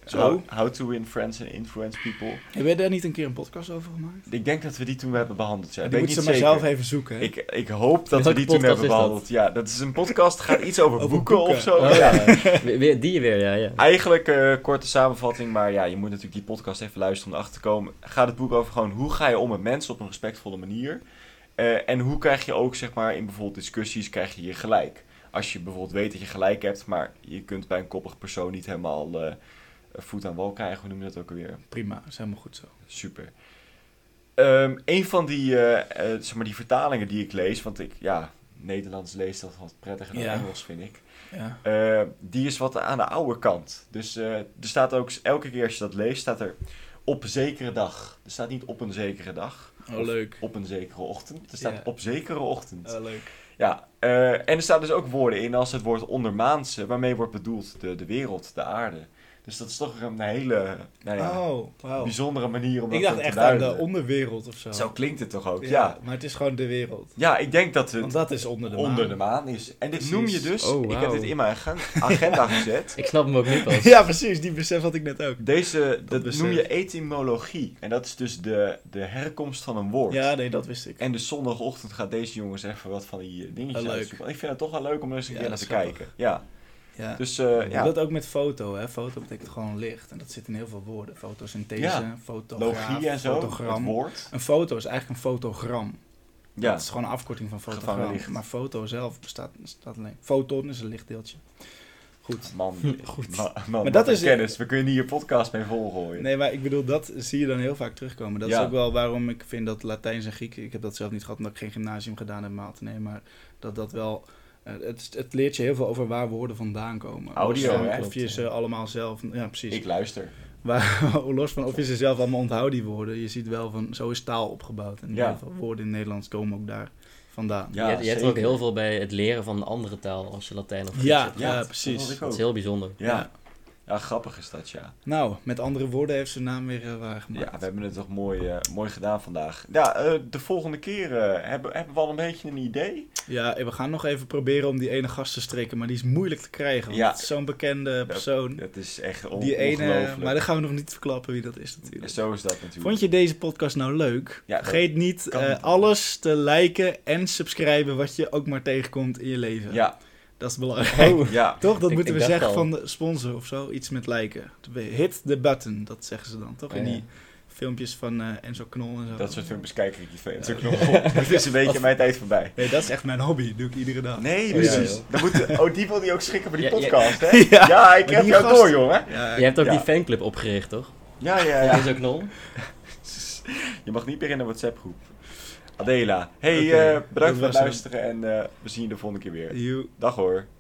Zo. How, how to win friends and influence people. Heb jij daar niet een keer een podcast over gemaakt? Ik denk dat we die toen hebben behandeld. Ja. Ja, Ik die weet moeten niet ze maar zeker. zelf even zoeken. Hè? Ik, ik hoop dat we Welke die toen podcast hebben is dat? behandeld. Ja, dat is een podcast, gaat iets over, Over boeken, boeken. of zo. Oh, ja. ja. Weer- weer- die weer, ja, ja. Eigenlijk uh, korte samenvatting, maar ja, je moet natuurlijk die podcast even luisteren om erachter te komen. Gaat het boek over gewoon hoe ga je om met mensen op een respectvolle manier? Uh, en hoe krijg je ook, zeg maar, in bijvoorbeeld discussies, krijg je je gelijk? Als je bijvoorbeeld weet dat je gelijk hebt, maar je kunt bij een koppig persoon niet helemaal uh, voet aan wal krijgen. Hoe noem je dat ook alweer? Prima, is helemaal goed zo. Super. Um, een van die, uh, uh, zeg maar die vertalingen die ik lees, want ik, ja, Nederlands lees dat wat prettiger dan Ja. Engels, vind ik. Ja. Uh, die is wat aan de oude kant. Dus uh, er staat ook, elke keer als je dat leest, staat er op zekere dag. Er staat niet op een zekere dag. Oh, of leuk. op een zekere ochtend. Er staat Ja. op zekere ochtend. Oh, leuk. Ja, uh, en er staan dus ook woorden in als het woord ondermaanse, waarmee wordt bedoeld de, de wereld, de aarde. Dus dat is toch een hele nou ja, Oh, wauw. bijzondere manier om dat Ik dacht te echt aan duiden. de onderwereld of zo. Zo klinkt het toch ook, ja, ja. Maar het is gewoon de wereld. Ja, ik denk dat het Want dat is onder de maan. onder de maan is. En dit Precies. noem je dus, Oh, ik heb wauw. dit in mijn agen- agenda gezet. Ik snap hem ook niet pas. Ja, precies. Die besef had ik net ook. Deze, dat besef. noem je etymologie. En dat is dus de, de herkomst van een woord. Ja, nee, dat wist ik. En dus zondagochtend gaat deze jongens even wat van die eh, dingetjes Oh, leuk. uitzoeken. Want ik vind het toch wel leuk om er eens een Ja, keer dat naar is te grappig. kijken. Ja, Ja. dus uh, ja, Dat ook met foto, hè. Foto betekent gewoon licht. En dat zit in heel veel woorden. Fotosynthese, Ja. fotograaf, logie en zo, het fotogram. woord. Een foto is eigenlijk een fotogram. Ja, Dat is gewoon een afkorting van Gevangen fotogram. licht. Maar foto zelf bestaat, bestaat alleen. Foton is een lichtdeeltje. Goed. man, Goed. man, man Maar dat wat is- een kennis. We kunnen hier je podcast mee volgooien. Nee, maar ik bedoel, dat zie je dan heel vaak terugkomen. Dat Ja. is ook wel waarom ik vind dat Latijns en Griek... Ik heb dat zelf niet gehad omdat ik geen gymnasium gedaan heb, maat. Nee, maar dat dat wel... Uh, het, het leert je heel veel over waar woorden vandaan komen. Audio, Los van hè? Of je ze allemaal zelf... Ja, precies. Ik luister. Waar, los van of je ze zelf allemaal onthoudt, die woorden. Je ziet wel van, zo is taal opgebouwd. En Ja. heel veel woorden in het Nederlands komen ook daar vandaan. Ja, je, je hebt er ook zeker. heel veel bij het leren van een andere taal als je Latijn of Grieks Ja, hebt. ja, dat precies. vond ik Dat ook. is heel bijzonder. Ja. Ja. ja, grappig is dat, ja. Nou, met andere woorden heeft zijn naam weer uh, waargemaakt. Ja, we hebben het toch mooi, uh, mooi gedaan vandaag. Ja, uh, de volgende keer uh, hebben, hebben we al een beetje een idee. Ja, en we gaan nog even proberen om die ene gast te strikken, maar die is moeilijk te krijgen. Want Ja. het is zo'n bekende persoon. Dat is echt on- die ene, ongelooflijk. maar dan gaan we nog niet verklappen wie dat is natuurlijk. Zo is dat natuurlijk. Vond je deze podcast nou leuk? Ja, dat Vergeet niet kan uh, niet. alles te liken en subscriben wat je ook maar tegenkomt in je leven. Ja, Dat is belangrijk. Oh. ja. Toch? Dat Ik- moeten ik we dacht zeggen al. van de sponsor of zo. Iets met liken. Hit the button, dat zeggen ze dan. Toch? Oh, In ja. die filmpjes van uh, Enzo Knol en zo. Dat soort filmpjes kijk ik niet veel. Het is ook nog- Het is een beetje mijn tijd voorbij. Nee, dat is echt mijn hobby. Doe ik iedere dag. Nee, Oh, precies. ja, Dan moet, oh, die wil die ook schikken voor die Ja, ja. podcast, hè? Ja. Ja, ik Maar heb die jou gast- door, jongen. Ja, Je hebt ook Ja. die fanclub opgericht, toch? Ja, ja, Ja. ja. Is ook knol. Je mag niet meer in een WhatsApp-groep. Adela. Hey, Oké, eh, dat bedankt voor was het hem. luisteren en uh, we zien je de volgende keer weer. you. Dag hoor.